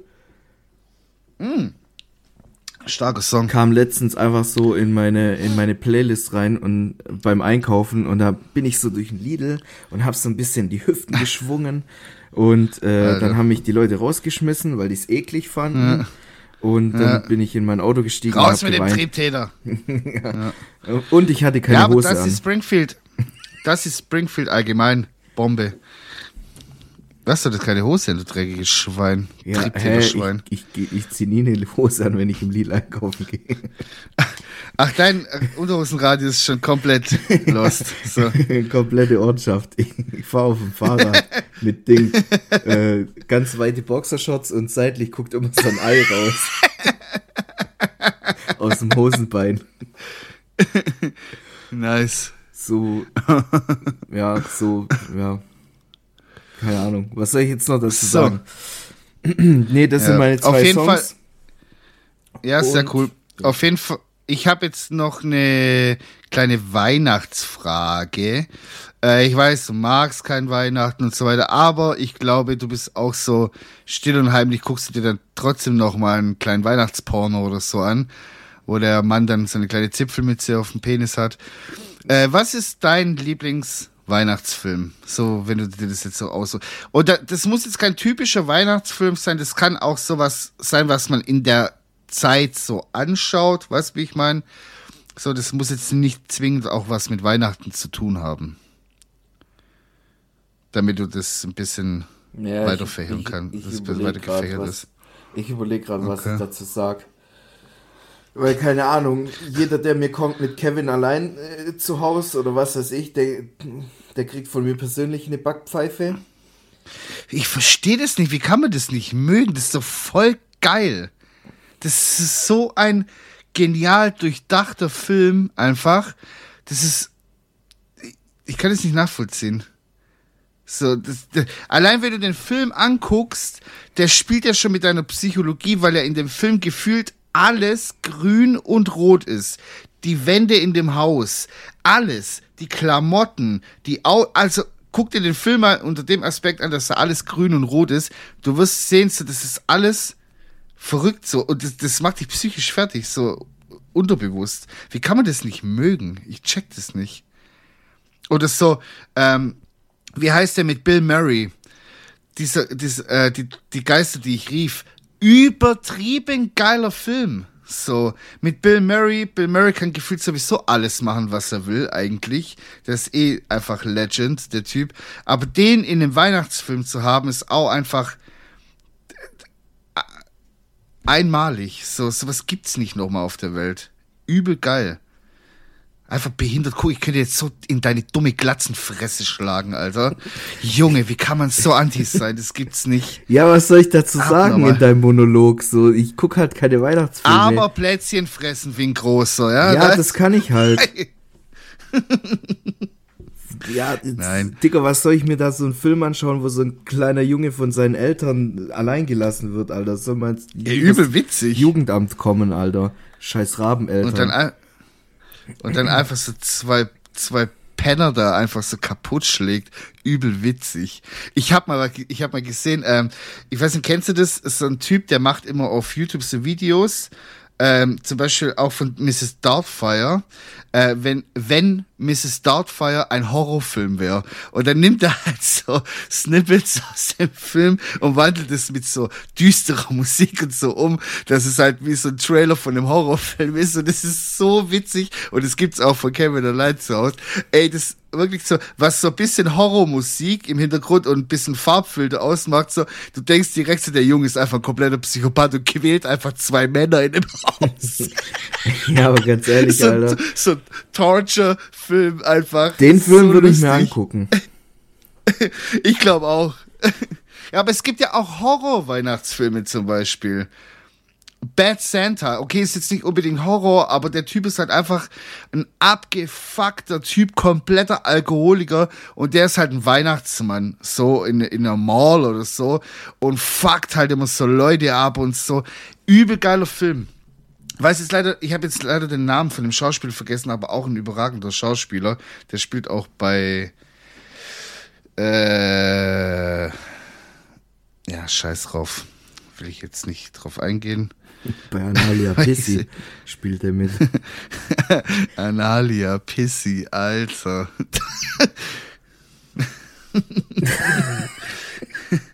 Speaker 2: Starker Song.
Speaker 1: Kam letztens einfach so in meine Playlist rein und beim Einkaufen und da bin ich so durch den Lidl und hab so ein bisschen die Hüften geschwungen Und dann haben mich die Leute rausgeschmissen, weil die es eklig fanden. Ja. Und dann bin ich in mein Auto gestiegen.
Speaker 2: Raus mit dem Triebtäter.
Speaker 1: Ja. Und ich hatte keine Hose an.
Speaker 2: Das ist Springfield. Das ist Springfield allgemein. Bombe. Was, du hast keine Hose an, du dreckiges Schwein.
Speaker 1: Ja, Triebtäter-Schwein. Ich zieh nie eine Hose an, wenn ich im Lidl einkaufen gehe.
Speaker 2: Ach, dein Unterhosenradius ist schon komplett lost. So.
Speaker 1: Komplette Ortschaft. Ich fahre auf dem Fahrrad mit Ding. Ganz weite Boxershorts und seitlich guckt immer so ein Ei raus. Aus dem Hosenbein.
Speaker 2: Nice.
Speaker 1: So. Ja. Keine Ahnung. Was soll ich jetzt noch dazu sagen? Nee, das sind meine 2
Speaker 2: auf jeden
Speaker 1: Songs.
Speaker 2: Fall. Ja, sehr cool. Auf jeden Fall. Ich habe jetzt noch eine kleine Weihnachtsfrage. Ich weiß, du magst kein Weihnachten und so weiter, aber ich glaube, du bist auch so still und heimlich, guckst du dir dann trotzdem noch mal einen kleinen Weihnachtsporno oder so an, wo der Mann dann so eine kleine Zipfelmütze auf dem Penis hat. Was ist dein Lieblingsweihnachtsfilm? So, wenn du dir das jetzt so aussuchst. Oder das muss jetzt kein typischer Weihnachtsfilm sein, das kann auch sowas sein, was man in der Zeit so anschaut, weißt du, wie ich meine? So, das muss jetzt nicht zwingend auch was mit Weihnachten zu tun haben. Damit du das ein bisschen weiterfächern kannst.
Speaker 1: Ich überlege gerade, was ich dazu sage. Weil, keine Ahnung, jeder, der mir kommt mit Kevin allein zu Hause oder was weiß ich, der kriegt von mir persönlich eine Backpfeife.
Speaker 2: Ich verstehe das nicht. Wie kann man das nicht mögen? Das ist doch voll geil. Das ist so ein genial durchdachter Film einfach. Das ist... Ich kann es nicht nachvollziehen. So, allein wenn du den Film anguckst, der spielt ja schon mit deiner Psychologie, weil er in dem Film gefühlt alles grün und rot ist. Die Wände in dem Haus, alles, die Klamotten, also guck dir den Film mal unter dem Aspekt an, dass da alles grün und rot ist. Du wirst sehen, so, das ist alles verrückt so und das macht dich psychisch fertig, so unterbewusst. Wie kann man das nicht mögen? Ich check das nicht. Oder so, wie heißt der mit Bill Murray? Die Geister, die ich rief. Übertrieben geiler Film. So, mit Bill Murray. Bill Murray kann gefühlt sowieso alles machen, was er will, eigentlich. Der ist einfach Legend, der Typ. Aber den in einem Weihnachtsfilm zu haben, ist auch einfach einmalig. So was gibt's nicht nochmal auf der Welt. Übel geil. Einfach behindert. Guck, ich könnte jetzt so in deine dumme Glatzenfresse schlagen, Alter. Junge, wie kann man so anti sein? Das gibt's nicht.
Speaker 1: Ja, was soll ich dazu sagen in deinem Monolog? So, ich guck halt keine Weihnachtsfilme.
Speaker 2: Aber Plätzchen fressen wie ein Großer, ja?
Speaker 1: Ja, das kann ich halt. Ja,
Speaker 2: nein.
Speaker 1: Digga, was soll ich mir da so einen Film anschauen, wo so ein kleiner Junge von seinen Eltern allein gelassen wird, Alter? Soll man ins
Speaker 2: übel witzig.
Speaker 1: Jugendamt kommen, Alter. Scheiß Rabeneltern.
Speaker 2: Und dann einfach so zwei Penner da einfach so kaputt schlägt. Übel witzig. Ich hab mal gesehen, ich weiß nicht, kennst du das? Das ist so ein Typ, der macht immer auf YouTube so Videos, zum Beispiel auch von Mrs. Doubtfire, wenn Mrs. Doubtfire ein Horrorfilm wäre. Und dann nimmt er halt so Snippets aus dem Film und wandelt es mit so düsterer Musik und so um, dass es halt wie so ein Trailer von einem Horrorfilm ist. Und das ist so witzig. Und das gibt's auch von Kevin allein zu Hause. Ey, das ist wirklich so, was so ein bisschen Horrormusik im Hintergrund und ein bisschen Farbfilter ausmacht, so, du denkst direkt so, der Junge ist einfach ein kompletter Psychopath und quält einfach 2 Männer in dem Haus.
Speaker 1: Ja, aber ganz ehrlich, Alter.
Speaker 2: So ein Torture-Film einfach.
Speaker 1: Den Film so würde ich mir angucken.
Speaker 2: Ich glaube auch. Ja, aber es gibt ja auch Horror-Weihnachtsfilme zum Beispiel. Bad Santa, okay, ist jetzt nicht unbedingt Horror, aber der Typ ist halt einfach ein abgefuckter Typ, kompletter Alkoholiker und der ist halt ein Weihnachtsmann, so in einer Mall oder so und fuckt halt immer so Leute ab und so. Übel geiler Film. Ich habe jetzt leider den Namen von dem Schauspieler vergessen, aber auch ein überragender Schauspieler. Der spielt auch bei ja, scheiß drauf. Will ich jetzt nicht drauf eingehen.
Speaker 1: Bei Analia Pissi spielt er mit.
Speaker 2: Analia Pissi, Alter.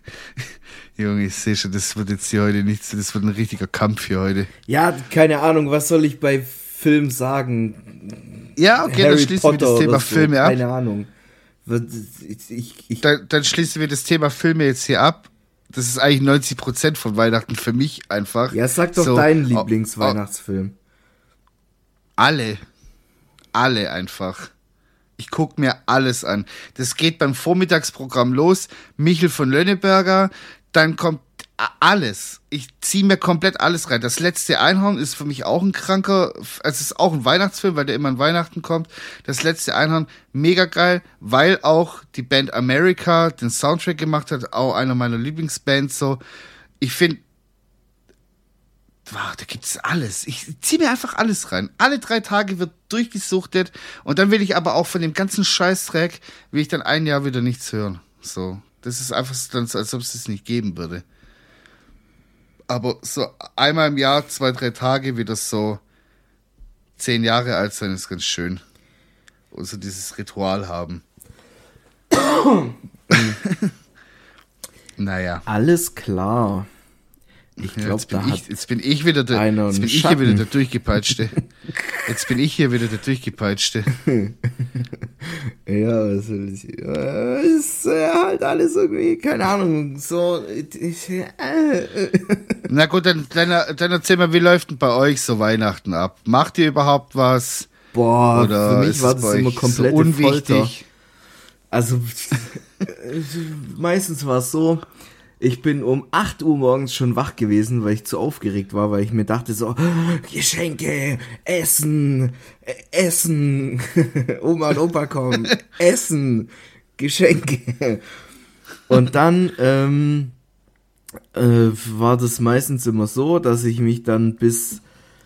Speaker 2: Junge, ich sehe schon, das wird jetzt hier heute nichts, das wird ein richtiger Kampf hier heute.
Speaker 1: Ja, keine Ahnung, was soll ich bei Film sagen?
Speaker 2: Ja, okay,
Speaker 1: Harry
Speaker 2: dann schließen
Speaker 1: Potter
Speaker 2: wir das Thema
Speaker 1: oder so,
Speaker 2: Filme ab.
Speaker 1: Keine Ahnung.
Speaker 2: Dann schließen wir das Thema Filme jetzt hier ab. Das ist eigentlich 90% von Weihnachten für mich einfach.
Speaker 1: Ja, sag doch
Speaker 2: so,
Speaker 1: deinen Lieblingsweihnachtsfilm.
Speaker 2: Alle einfach. Ich gucke mir alles an. Das geht beim Vormittagsprogramm los. Michel von Lönneberger, dann kommt alles. Ich ziehe mir komplett alles rein. Das letzte Einhorn ist für mich auch ein kranker, es ist auch ein Weihnachtsfilm, weil der immer an Weihnachten kommt. Das letzte Einhorn, mega geil, weil auch die Band America den Soundtrack gemacht hat, auch einer meiner Lieblingsbands so. Ich finde, wow, da gibt's alles. Ich ziehe mir einfach alles rein. Alle 3 Tage wird durchgesuchtet und dann will ich aber auch von dem ganzen Scheißdreck, will ich dann ein Jahr wieder nichts hören. So, das ist einfach dann so, als ob es das nicht geben würde. Aber so einmal im Jahr, 2, 3 Tage wieder so 10 Jahre alt sein, ist ganz schön. Und so dieses Ritual haben. Naja.
Speaker 1: Alles klar. Ich glaube,
Speaker 2: jetzt bin ich hier wieder der Durchgepeitschte. Jetzt bin ich hier wieder der Durchgepeitschte.
Speaker 1: Ja, was will ich? Ist halt alles irgendwie, keine Ahnung, so.
Speaker 2: Na gut, dann erzähl mal, wie läuft denn bei euch so Weihnachten ab? Macht ihr überhaupt was?
Speaker 1: Boah,
Speaker 2: oder
Speaker 1: für mich war das immer komplette
Speaker 2: so unwichtig?
Speaker 1: Folter. Also, meistens war es so, ich bin um 8 Uhr morgens schon wach gewesen, weil ich zu aufgeregt war, weil ich mir dachte so, Geschenke, Essen, Oma und Opa kommen, Essen, Geschenke. Und dann war das meistens immer so, dass ich mich dann bis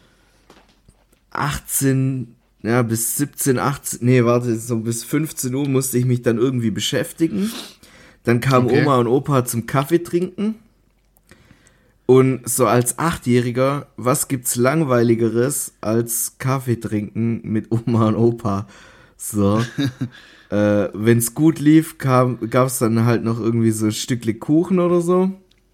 Speaker 1: 15 Uhr musste ich mich dann irgendwie beschäftigen. Dann kam Oma und Opa zum Kaffee trinken. Und so als 8-Jähriger, was gibt's Langweiligeres als Kaffee trinken mit Oma und Opa? So. Wenn's gut lief, gab's dann halt noch irgendwie so ein Stückle Kuchen oder so.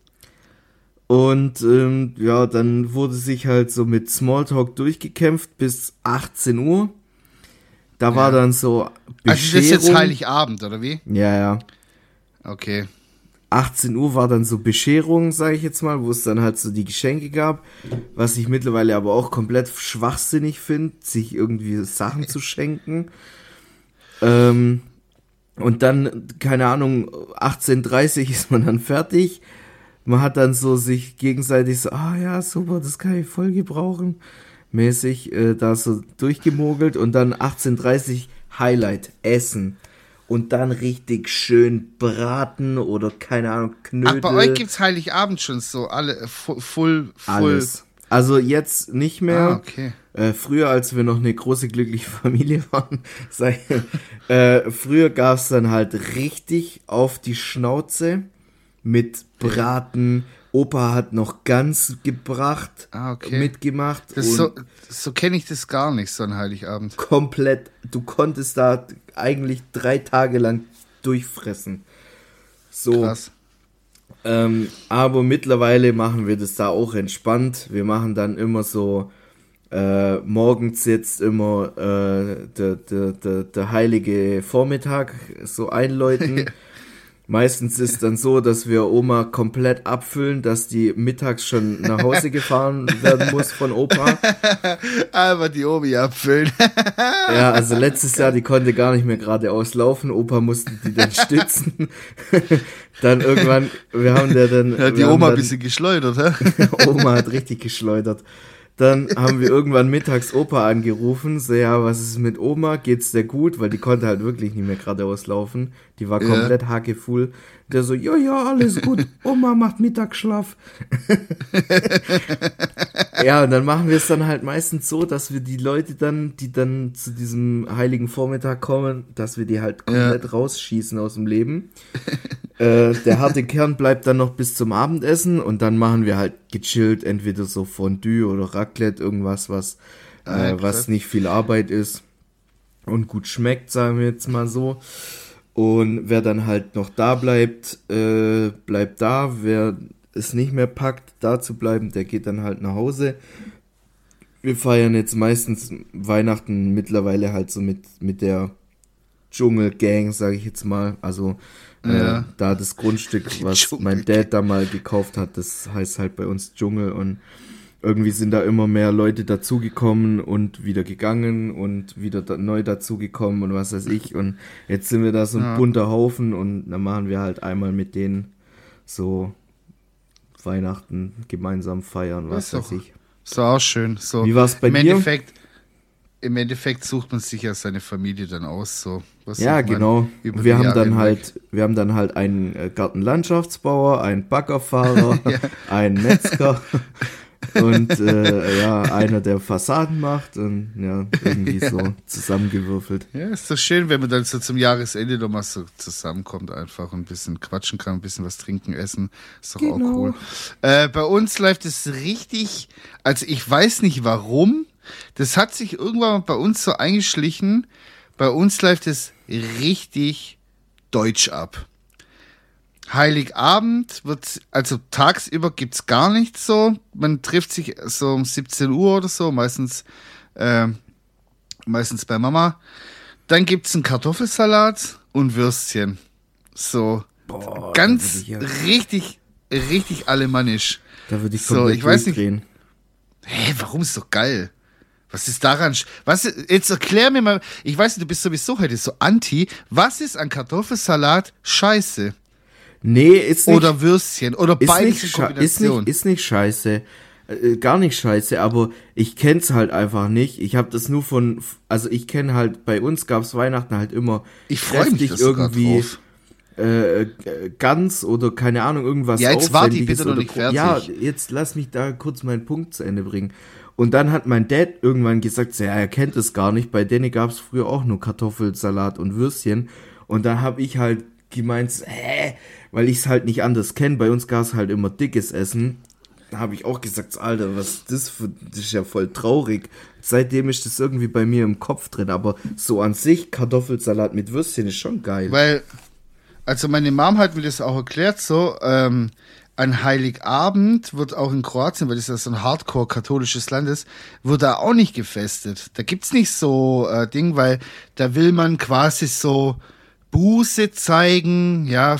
Speaker 1: Und ja, dann wurde sich halt so mit Smalltalk durchgekämpft bis 18 Uhr. Da war dann so Bescherung.
Speaker 2: Also das ist jetzt Heiligabend, oder wie?
Speaker 1: Ja, ja.
Speaker 2: Okay.
Speaker 1: 18 Uhr war dann so Bescherung, sage ich jetzt mal, wo es dann halt so die Geschenke gab, was ich mittlerweile aber auch komplett schwachsinnig finde, sich irgendwie Sachen zu schenken. Und dann, keine Ahnung, 18:30 ist man dann fertig. Man hat dann so sich gegenseitig so, ja, super, das kann ich voll gebrauchen, mäßig da so durchgemogelt und dann 18:30 Highlight, Essen. Und dann richtig schön braten oder, keine Ahnung, Knödel.
Speaker 2: Ach, bei euch gibt's Heiligabend schon so, alle, full.
Speaker 1: Alles. Also jetzt nicht mehr.
Speaker 2: Okay.
Speaker 1: Früher, als wir noch eine große, glückliche Familie waren, früher gab's dann halt richtig auf die Schnauze mit Braten. Opa hat noch Gans gebracht, mitgemacht.
Speaker 2: So kenne ich das gar nicht, so ein Heiligabend.
Speaker 1: Komplett. Du konntest da eigentlich 3 Tage lang durchfressen. So.
Speaker 2: Krass.
Speaker 1: Aber mittlerweile machen wir das da auch entspannt. Wir machen dann immer so, morgens jetzt immer der heilige Vormittag so einläuten. Meistens ist dann so, dass wir Oma komplett abfüllen, dass die mittags schon nach Hause gefahren werden muss von Opa.
Speaker 2: Einfach die Omi abfüllen.
Speaker 1: Ja, also letztes Jahr, die konnte gar nicht mehr geradeaus laufen. Opa musste die dann stützen. Dann irgendwann, wir haben der dann...
Speaker 2: Ja, die Oma ein bisschen geschleudert, hä?
Speaker 1: Oma hat richtig geschleudert. Dann haben wir irgendwann mittags Opa angerufen, so, ja, was ist mit Oma, geht's dir gut? Weil die konnte halt wirklich nicht mehr geradeaus laufen. Die war komplett hackefull. Der so, ja, alles gut, Oma macht Mittagsschlaf. Ja, und dann machen wir es dann halt meistens so, dass wir die Leute dann, die dann zu diesem heiligen Vormittag kommen, dass wir die halt komplett rausschießen aus dem Leben. Der harte Kern bleibt dann noch bis zum Abendessen und dann machen wir halt gechillt, entweder so Fondue oder Raclette, irgendwas, was nicht viel Arbeit ist und gut schmeckt, sagen wir jetzt mal so. Und wer dann halt noch da bleibt, bleibt da. Wer es nicht mehr packt, da zu bleiben, der geht dann halt nach Hause. Wir feiern jetzt meistens Weihnachten mittlerweile halt so mit der Dschungelgang, sage ich jetzt mal. Also da das Grundstück, was mein Dad da mal gekauft hat, das heißt halt bei uns Dschungel. Und irgendwie sind da immer mehr Leute dazugekommen und wieder gegangen und wieder neu dazugekommen und was weiß ich. Und jetzt sind wir da so ein bunter Haufen und dann machen wir halt einmal mit denen so Weihnachten gemeinsam feiern, was weiß ich.
Speaker 2: So auch schön. So.
Speaker 1: Wie war's bei dir?
Speaker 2: Im Endeffekt sucht man sich ja seine Familie dann aus. So.
Speaker 1: Ja, genau. Wir haben dann halt einen Gartenlandschaftsbauer, einen Baggerfahrer, einen Metzger und einer, der Fassaden macht und irgendwie so zusammengewürfelt.
Speaker 2: Ja, ist doch schön, wenn man dann so zum Jahresende nochmal so zusammenkommt einfach und ein bisschen quatschen kann, ein bisschen was trinken, essen. Ist doch auch cool. Bei uns läuft es richtig, also ich weiß nicht warum, das hat sich irgendwann bei uns so eingeschlichen, bei uns läuft es richtig deutsch ab. Heiligabend also tagsüber gibt's gar nichts so. Man trifft sich so um 17 Uhr oder so, meistens bei Mama. Dann gibt's einen Kartoffelsalat und Würstchen. So ganz richtig alemannisch.
Speaker 1: Da würde ich komplett durchdrehen.
Speaker 2: Hä, warum ist doch geil? Was ist daran? Jetzt erklär mir mal, ich weiß nicht, du bist sowieso heute so anti. Was ist an Kartoffelsalat scheiße?
Speaker 1: Nee, ist nicht.
Speaker 2: Oder Würstchen. Oder beides in Kombination.
Speaker 1: Ist nicht scheiße. Gar nicht scheiße, aber ich kenn's halt einfach nicht. Ich habe das nur ich kenne halt, bei uns gab's Weihnachten halt immer
Speaker 2: ich freu mich das irgendwie
Speaker 1: Gans oder keine Ahnung, irgendwas.
Speaker 2: Ja, jetzt warte ich bitte noch nicht fertig.
Speaker 1: Ja, jetzt lass mich da kurz meinen Punkt zu Ende bringen. Und dann hat mein Dad irgendwann gesagt, ja, er kennt es gar nicht. Bei denen gab's früher auch nur Kartoffelsalat und Würstchen. Und da habe ich halt gemeint, weil ich es halt nicht anders kenne. Bei uns gab's halt immer dickes Essen. Da habe ich auch gesagt, Alter, was das ist ja voll traurig. Seitdem ist das irgendwie bei mir im Kopf drin. Aber so an sich, Kartoffelsalat mit Würstchen ist schon geil.
Speaker 2: Weil, also meine Mom hat mir das auch erklärt, so, an Heiligabend wird auch in Kroatien, weil das ja so ein hardcore-katholisches Land ist, wird da auch nicht gefestet. Da gibt's nicht so Ding, weil da will man quasi so Buße zeigen, ja,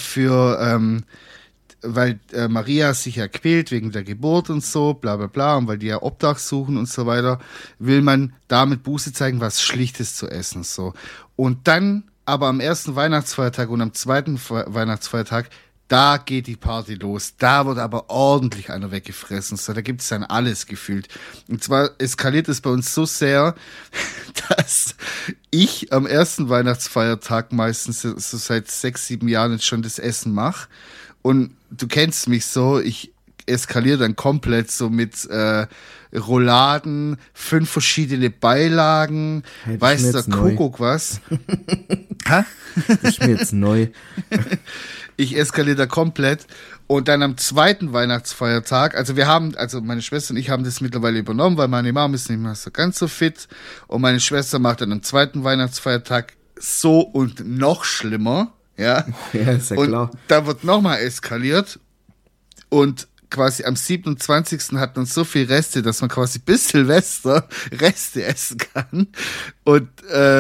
Speaker 2: weil Maria sich ja quält wegen der Geburt und so, bla bla bla, und weil die ja Obdach suchen und so weiter, will man damit Buße zeigen, was Schlichtes zu essen, so. Und dann, aber am ersten Weihnachtsfeiertag und am zweiten Weihnachtsfeiertag, da geht die Party los. Da wird aber ordentlich einer weggefressen. So, da gibt's dann alles gefühlt. Und zwar eskaliert es bei uns so sehr, dass ich am ersten Weihnachtsfeiertag meistens so seit 6, 7 Jahren jetzt schon das Essen mache. Und du kennst mich so, ich eskaliere dann komplett so mit Rouladen, 5 verschiedene Beilagen, weiß der Kuckuck was.
Speaker 1: Ha? Das ist mir jetzt neu.
Speaker 2: Ich eskaliere da komplett. Und dann am zweiten Weihnachtsfeiertag, also meine Schwester und ich haben das mittlerweile übernommen, weil meine Mom ist nicht mehr so ganz so fit. Und meine Schwester macht dann am zweiten Weihnachtsfeiertag so und noch schlimmer. Ja,
Speaker 1: ist ja klar.
Speaker 2: Und da wird nochmal eskaliert. Und quasi am 27. hat man so viel Reste, dass man quasi bis Silvester Reste essen kann. Und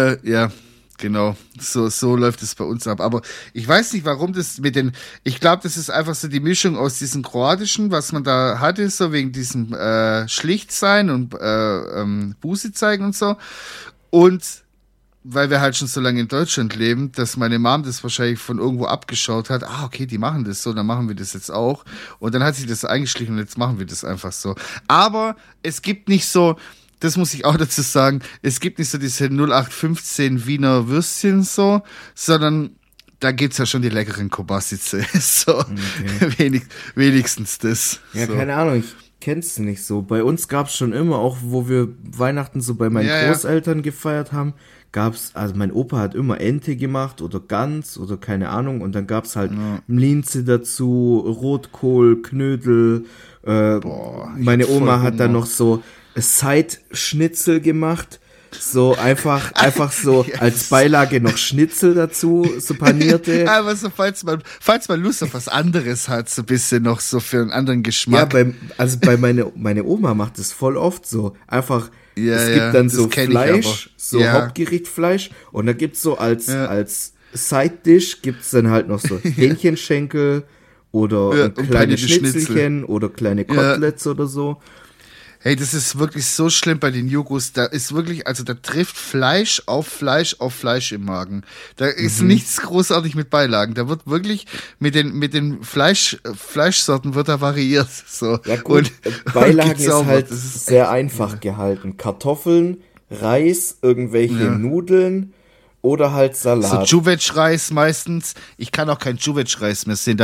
Speaker 2: genau, so läuft es bei uns ab. Aber ich weiß nicht, warum das ich glaube, das ist einfach so die Mischung aus diesem Kroatischen, was man da hatte, so wegen diesem Schlichtsein und Buße zeigen und so. Und weil wir halt schon so lange in Deutschland leben, dass meine Mom das wahrscheinlich von irgendwo abgeschaut hat. Okay, die machen das so, dann machen wir das jetzt auch. Und dann hat sich das eingeschlichen und jetzt machen wir das einfach so. Aber es gibt nicht so, das muss ich auch dazu sagen, es gibt nicht so diese 0815 Wiener Würstchen so, sondern da gibt's ja schon die leckeren Kobasice. So, okay. Wenigstens das.
Speaker 1: Ja,
Speaker 2: so.
Speaker 1: Keine Ahnung, ich kenn's nicht so. Bei uns gab's schon immer, auch wo wir Weihnachten so bei meinen Großeltern gefeiert haben, also mein Opa hat immer Ente gemacht oder Gans oder keine Ahnung und dann gab's halt Mlinze dazu, Rotkohl, Knödel, meine Oma hat dann noch so Side-Schnitzel gemacht, So einfach so als Beilage noch Schnitzel dazu, so panierte.
Speaker 2: Aber so, falls man Lust auf was anderes hat, so ein bisschen noch so für einen anderen Geschmack.
Speaker 1: Ja, meine Oma macht das voll oft so. Einfach, es gibt dann so Fleisch, so Hauptgerichtfleisch und da gibt's so als Side-Dish gibt's dann halt noch so Hähnchenschenkel oder kleine Schnitzelchen oder kleine Koteletts oder so.
Speaker 2: Hey, das ist wirklich so schlimm bei den Jogos. Da ist wirklich, also da trifft Fleisch auf Fleisch auf Fleisch im Magen. Da ist nichts großartig mit Beilagen. Da wird wirklich mit den Fleischsorten wird da variiert. So.
Speaker 1: Ja gut, Beilagen ist halt sehr einfach gehalten. Kartoffeln, Reis, irgendwelche Nudeln oder halt Salat.
Speaker 2: So Juwetsch-Reis meistens. Ich kann auch kein Juwetsch-Reis mehr sehen.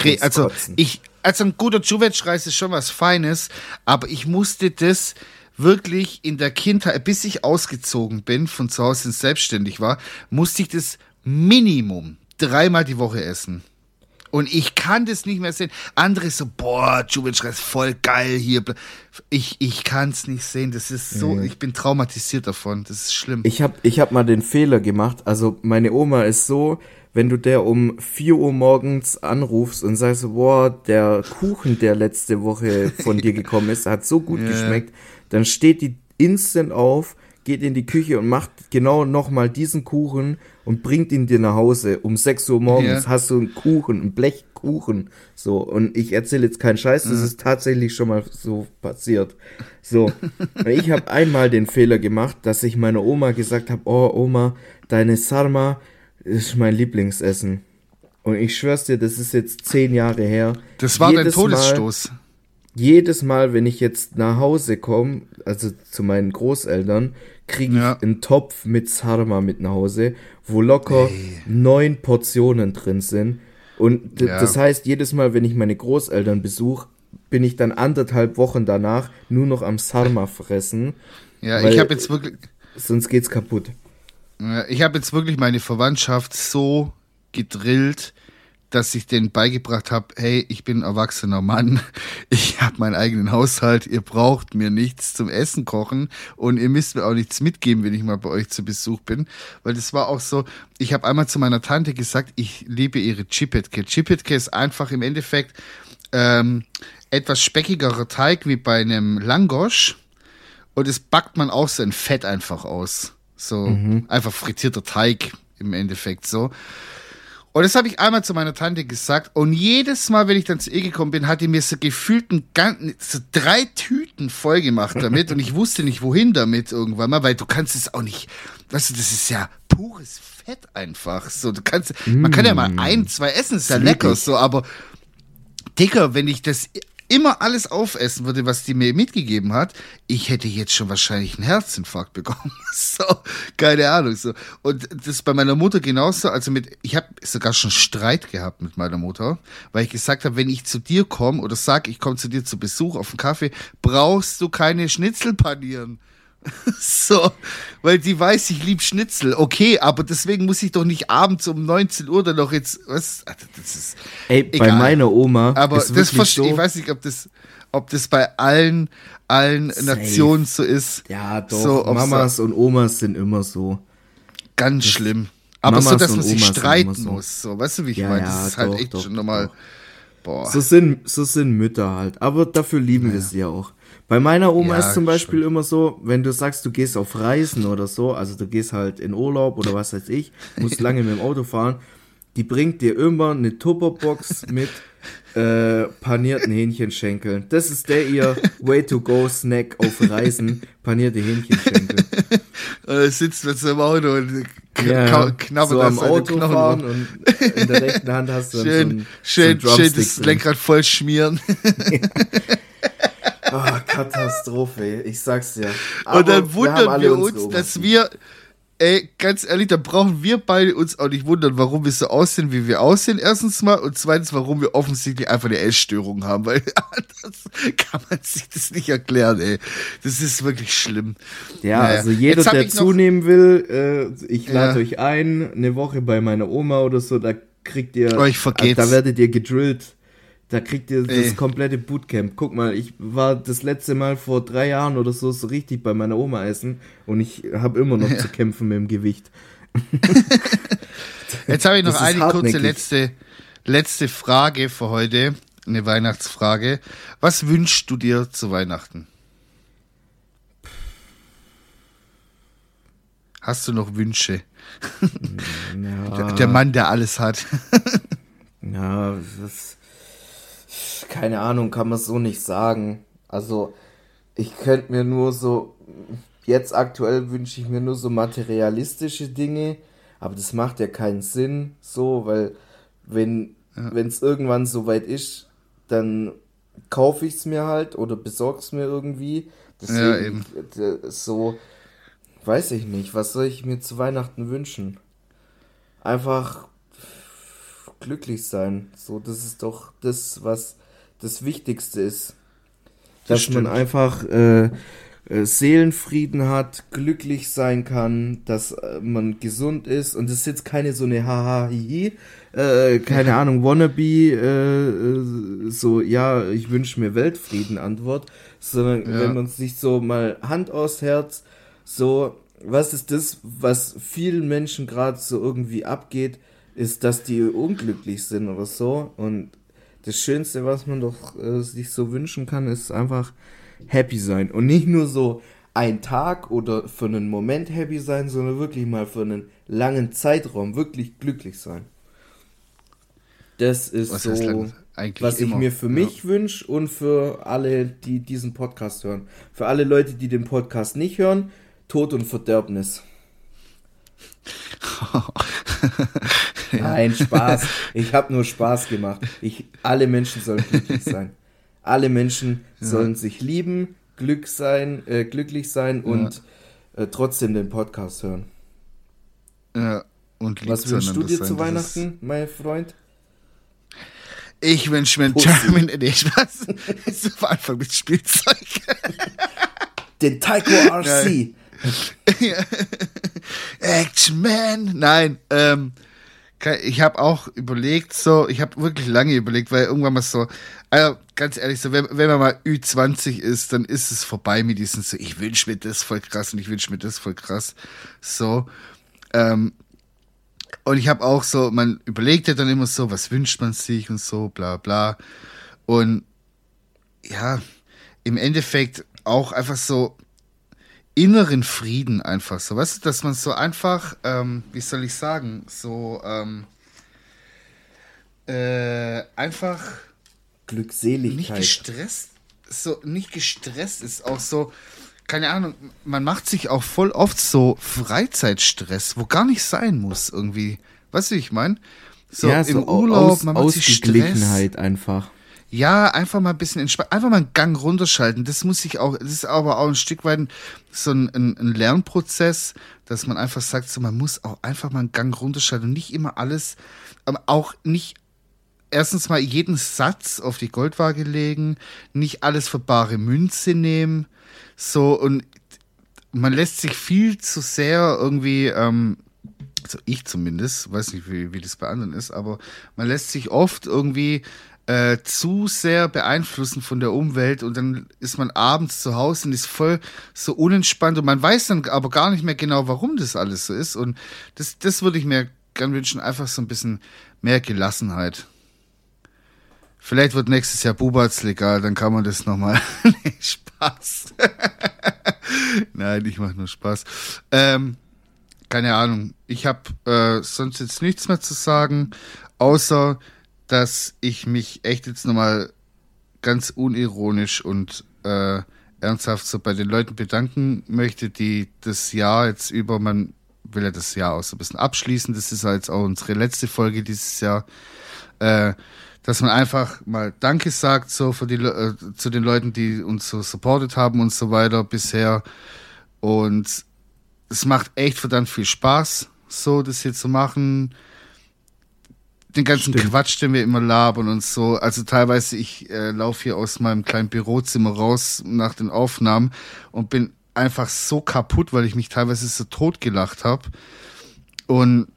Speaker 2: Also ein guter Juwetsch-Reis ist schon was Feines, aber ich musste das wirklich in der Kindheit, bis ich ausgezogen bin, von zu Hause und selbstständig war, musste ich das Minimum 3-mal die Woche essen. Und ich kann das nicht mehr sehen. Andere so, boah, Juwetsch-Reis, voll geil hier. Ich kann es nicht sehen. Das ist so, ich bin traumatisiert davon. Das ist schlimm.
Speaker 1: Ich hab mal den Fehler gemacht. Also meine Oma ist so, wenn du der um 4 Uhr morgens anrufst und sagst, boah, der Kuchen, der letzte Woche von dir gekommen ist, hat so gut geschmeckt, dann steht die instant auf, geht in die Küche und macht genau nochmal diesen Kuchen und bringt ihn dir nach Hause. Um 6 Uhr morgens hast du einen Kuchen, ein Blechkuchen. So, und ich erzähle jetzt keinen Scheiß, das ist tatsächlich schon mal so passiert. So, ich habe einmal den Fehler gemacht, dass ich meiner Oma gesagt habe, oh Oma, deine Sarma ist mein Lieblingsessen. Und ich schwör's dir, das ist jetzt 10 Jahre her.
Speaker 2: Das war dein Todesstoß.
Speaker 1: Jedes Mal, wenn ich jetzt nach Hause komme, also zu meinen Großeltern, kriege ich einen Topf mit Sarma mit nach Hause, wo locker 9 Portionen drin sind. Und das heißt, jedes Mal, wenn ich meine Großeltern besuche, bin ich dann 1,5 Wochen danach nur noch am Sarma fressen.
Speaker 2: Ja, ich habe jetzt wirklich...
Speaker 1: Sonst geht's kaputt.
Speaker 2: Ich habe jetzt wirklich meine Verwandtschaft so gedrillt, dass ich denen beigebracht habe, hey, ich bin ein erwachsener Mann, ich habe meinen eigenen Haushalt, ihr braucht mir nichts zum Essen kochen und ihr müsst mir auch nichts mitgeben, wenn ich mal bei euch zu Besuch bin, weil das war auch so, ich habe einmal zu meiner Tante gesagt, ich liebe ihre Chipetke. Chipetke ist einfach im Endeffekt etwas speckigerer Teig wie bei einem Langosch und das backt man auch so in Fett einfach aus. So einfach frittierter Teig im Endeffekt so. Und das habe ich einmal zu meiner Tante gesagt. Und jedes Mal, wenn ich dann zu ihr gekommen bin, hat die mir so gefühlt so 3 Tüten voll gemacht damit. Und ich wusste nicht, wohin damit irgendwann mal, weil du kannst es auch nicht, weißt du, das ist ja pures Fett einfach. So, du kannst, man kann ja mal 1, 2 essen, ist ja lecker, so, aber Dicker, wenn ich das immer alles aufessen würde, was die mir mitgegeben hat, ich hätte jetzt schon wahrscheinlich einen Herzinfarkt bekommen. So, keine Ahnung. So. Und das bei meiner Mutter genauso. Also ich habe sogar schon Streit gehabt mit meiner Mutter, weil ich gesagt habe, wenn ich zu dir komme oder sag, ich komme zu dir zu Besuch auf einen Kaffee, brauchst du keine Schnitzel panieren. So, weil die weiß, ich lieb Schnitzel. Okay, aber deswegen muss ich doch nicht abends um 19 Uhr dann noch jetzt, was? Das ist
Speaker 1: egal. Bei meiner Oma
Speaker 2: aber
Speaker 1: ist
Speaker 2: das
Speaker 1: so,
Speaker 2: ich weiß nicht, ob das bei allen Nationen so ist.
Speaker 1: Ja, doch,
Speaker 2: so,
Speaker 1: Mamas und Omas sind immer so.
Speaker 2: Ganz schlimm. Aber
Speaker 1: Mamas
Speaker 2: so, dass
Speaker 1: und
Speaker 2: man sich
Speaker 1: Omas sind
Speaker 2: streiten
Speaker 1: immer so.
Speaker 2: muss. So, weißt du, wie ich meine? Das ist halt echt schon nochmal, boah.
Speaker 1: So sind Mütter halt. Aber dafür lieben wir sie ja auch. Bei meiner Oma ist zum Beispiel immer so, wenn du sagst, du gehst auf Reisen oder so, also du gehst halt in Urlaub oder was weiß ich, musst lange mit dem Auto fahren, die bringt dir immer eine Tupperbox mit panierten Hähnchenschenkeln. Das ist ihr Way-to-go-Snack auf Reisen, panierte Hähnchenschenkel.
Speaker 2: Sitzt mit so im Auto und knabbert
Speaker 1: so am Auto fahren und in der rechten Hand hast du dann
Speaker 2: schön das Lenkrad voll schmieren.
Speaker 1: Oh, Katastrophe, ich sag's dir. Aber
Speaker 2: und dann wundern wir uns, dass wir, ganz ehrlich, da brauchen wir beide uns auch nicht wundern, warum wir so aussehen, wie wir aussehen, erstens mal, und zweitens, warum wir offensichtlich einfach eine Essstörung haben, weil das kann man sich das nicht erklären, ey. Das ist wirklich schlimm.
Speaker 1: Ja, naja. Also jeder, der zunehmen will, ich lade euch ein, eine Woche bei meiner Oma oder so, da kriegt ihr,
Speaker 2: euch vergeht's.
Speaker 1: Da werdet ihr gedrillt. Da kriegt ihr das komplette Bootcamp. Guck mal, ich war das letzte Mal vor 3 Jahren oder so richtig bei meiner Oma essen und ich habe immer noch zu kämpfen mit dem Gewicht.
Speaker 2: Jetzt habe ich noch eine kurze letzte Frage für heute, eine Weihnachtsfrage. Was wünschst du dir zu Weihnachten? Hast du noch Wünsche?
Speaker 1: Ja.
Speaker 2: Der Mann, der alles hat.
Speaker 1: Ja, keine Ahnung, kann man so nicht sagen. Also, ich könnte mir nur so, jetzt aktuell wünsche ich mir nur so materialistische Dinge, aber das macht ja keinen Sinn, so, weil wenn es irgendwann soweit ist, dann kaufe ich es mir halt oder besorge es mir irgendwie. Deswegen, so, weiß ich nicht, was soll ich mir zu Weihnachten wünschen? Einfach glücklich sein. So, das ist doch das, was das Wichtigste ist. Dass man einfach Seelenfrieden hat, glücklich sein kann, dass man gesund ist. Und das ist jetzt keine so eine Haha-Hihi, keine Ahnung, Wannabe, so, ja, ich wünsche mir Weltfrieden Antwort, sondern wenn man sich so mal Hand aufs Herz, so, was ist das, was vielen Menschen gerade so irgendwie abgeht, ist, dass die unglücklich sind oder so. Und das Schönste, was man doch sich so wünschen kann, ist einfach happy sein. Und nicht nur so ein Tag oder für einen Moment happy sein, sondern wirklich mal für einen langen Zeitraum wirklich glücklich sein. Das ist was so, was ich mir für mich wünsche und für alle, die diesen Podcast hören. Für alle Leute, die den Podcast nicht hören, Tod und Verderbnis. Nein, Spaß. Ich habe nur Spaß gemacht. Alle Menschen sollen glücklich sein. Alle Menschen sollen sich lieben, glücklich sein und trotzdem den Podcast hören.
Speaker 2: Ja, und
Speaker 1: was wünschst du dir zu Weihnachten, mein Freund?
Speaker 2: Ich wünsche mir einen Terminator. Nee, Spaß. Jetzt am Anfang mit Spielzeug.
Speaker 1: Den Tycho RC.
Speaker 2: Action Man. Nein, ich habe auch überlegt, ich habe wirklich lange überlegt, weil irgendwann mal so, also ganz ehrlich, so, wenn man mal Ü20 ist, dann ist es vorbei mit diesen so, ich wünsche mir das voll krass und ich wünsche mir das voll krass. So, und ich habe auch so, man überlegt ja dann immer so, was wünscht man sich und so, bla bla. Und ja, im Endeffekt auch einfach so inneren Frieden einfach so, weißt du, dass man so einfach, wie soll ich sagen, so einfach
Speaker 1: Glückseligkeit.
Speaker 2: Nicht gestresst ist, auch so, keine Ahnung, man macht sich auch voll oft so Freizeitstress, wo gar nicht sein muss irgendwie, weißt du, wie ich meine? So
Speaker 1: ja,
Speaker 2: im
Speaker 1: so
Speaker 2: Urlaub, man macht sich
Speaker 1: Ausgeglichenheit
Speaker 2: Stress.
Speaker 1: einfach.
Speaker 2: Ja, einfach mal ein bisschen entspannen, einfach mal einen Gang runterschalten. Das ist aber auch ein Stück weit so ein Lernprozess, dass man einfach sagt, so, man muss auch einfach mal einen Gang runterschalten und nicht immer alles, aber auch nicht erstens mal jeden Satz auf die Goldwaage legen, nicht alles für bare Münze nehmen, so, und man lässt sich viel zu sehr irgendwie, also ich zumindest, weiß nicht, wie das bei anderen ist, aber man lässt sich oft irgendwie zu sehr beeinflussen von der Umwelt und dann ist man abends zu Hause und ist voll so unentspannt und man weiß dann aber gar nicht mehr genau, warum das alles so ist, und das würde ich mir gern wünschen, einfach so ein bisschen mehr Gelassenheit. Vielleicht wird nächstes Jahr Bubatz legal, dann kann man das nochmal. Nee, Spaß. Nein, ich mache nur Spaß. Keine Ahnung, ich habe sonst jetzt nichts mehr zu sagen, außer dass ich mich echt jetzt nochmal ganz unironisch und ernsthaft so bei den Leuten bedanken möchte, die das Jahr jetzt über, man will ja das Jahr auch so ein bisschen abschließen, das ist jetzt auch unsere letzte Folge dieses Jahr, dass man einfach mal Danke sagt so für zu den Leuten, die uns so supportet haben und so weiter bisher, und es macht echt verdammt viel Spaß, so das hier zu machen. Den ganzen Quatsch, den wir immer labern und so. Also teilweise, ich laufe hier aus meinem kleinen Bürozimmer raus nach den Aufnahmen und bin einfach so kaputt, weil ich mich teilweise so totgelacht habe. Und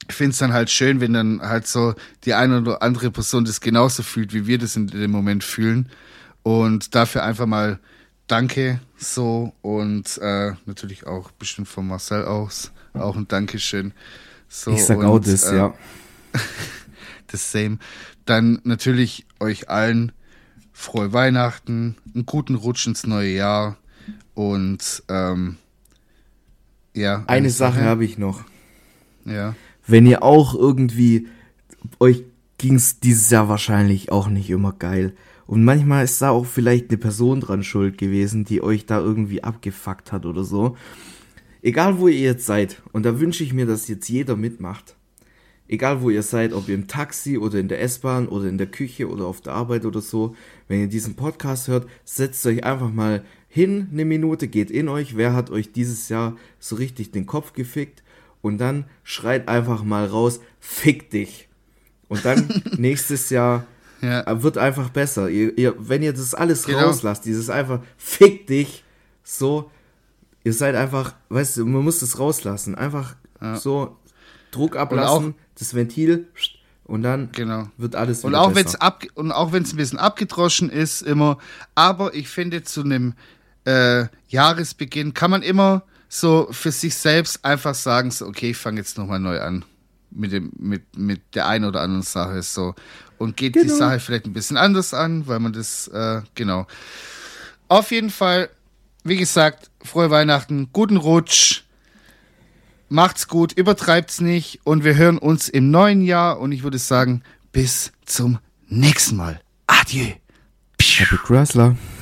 Speaker 2: ich finde es dann halt schön, wenn dann halt so die eine oder andere Person das genauso fühlt, wie wir das in dem Moment fühlen. Und dafür einfach mal Danke so und natürlich auch bestimmt von Marcel aus auch ein Dankeschön. So,
Speaker 1: ich sag auch das, ja.
Speaker 2: Das same. Dann natürlich euch allen frohe Weihnachten, einen guten Rutsch ins neue Jahr und ja.
Speaker 1: Eine Sache habe ich noch.
Speaker 2: Ja.
Speaker 1: Wenn ihr auch irgendwie, euch ging's dieses Jahr wahrscheinlich auch nicht immer geil. Und manchmal ist da auch vielleicht eine Person dran schuld gewesen, die euch da irgendwie abgefuckt hat oder so. Egal wo ihr jetzt seid, und da wünsche ich mir, dass jetzt jeder mitmacht. Egal wo ihr seid, ob ihr im Taxi oder in der S-Bahn oder in der Küche oder auf der Arbeit oder so. Wenn ihr diesen Podcast hört, setzt euch einfach mal hin, eine Minute, geht in euch. Wer hat euch dieses Jahr so richtig den Kopf gefickt? Und dann schreit einfach mal raus, fick dich. Und dann nächstes Jahr wird einfach besser. Wenn ihr das alles rauslasst, dieses einfach, fick dich, so, ihr seid einfach, weißt du, man muss das rauslassen. Einfach so Druck ablassen, das Ventil, und dann wird alles wieder besser.
Speaker 2: Und auch wenn es ein bisschen abgedroschen ist, immer, aber ich finde, zu einem Jahresbeginn kann man immer so für sich selbst einfach sagen, so, okay, ich fange jetzt nochmal neu an mit der einen oder anderen Sache so und geht die Sache vielleicht ein bisschen anders an, weil man das, Auf jeden Fall, wie gesagt, frohe Weihnachten, guten Rutsch, macht's gut, übertreibt's nicht und wir hören uns im neuen Jahr und ich würde sagen, bis zum nächsten Mal. Adieu.
Speaker 1: Happy Chrysler.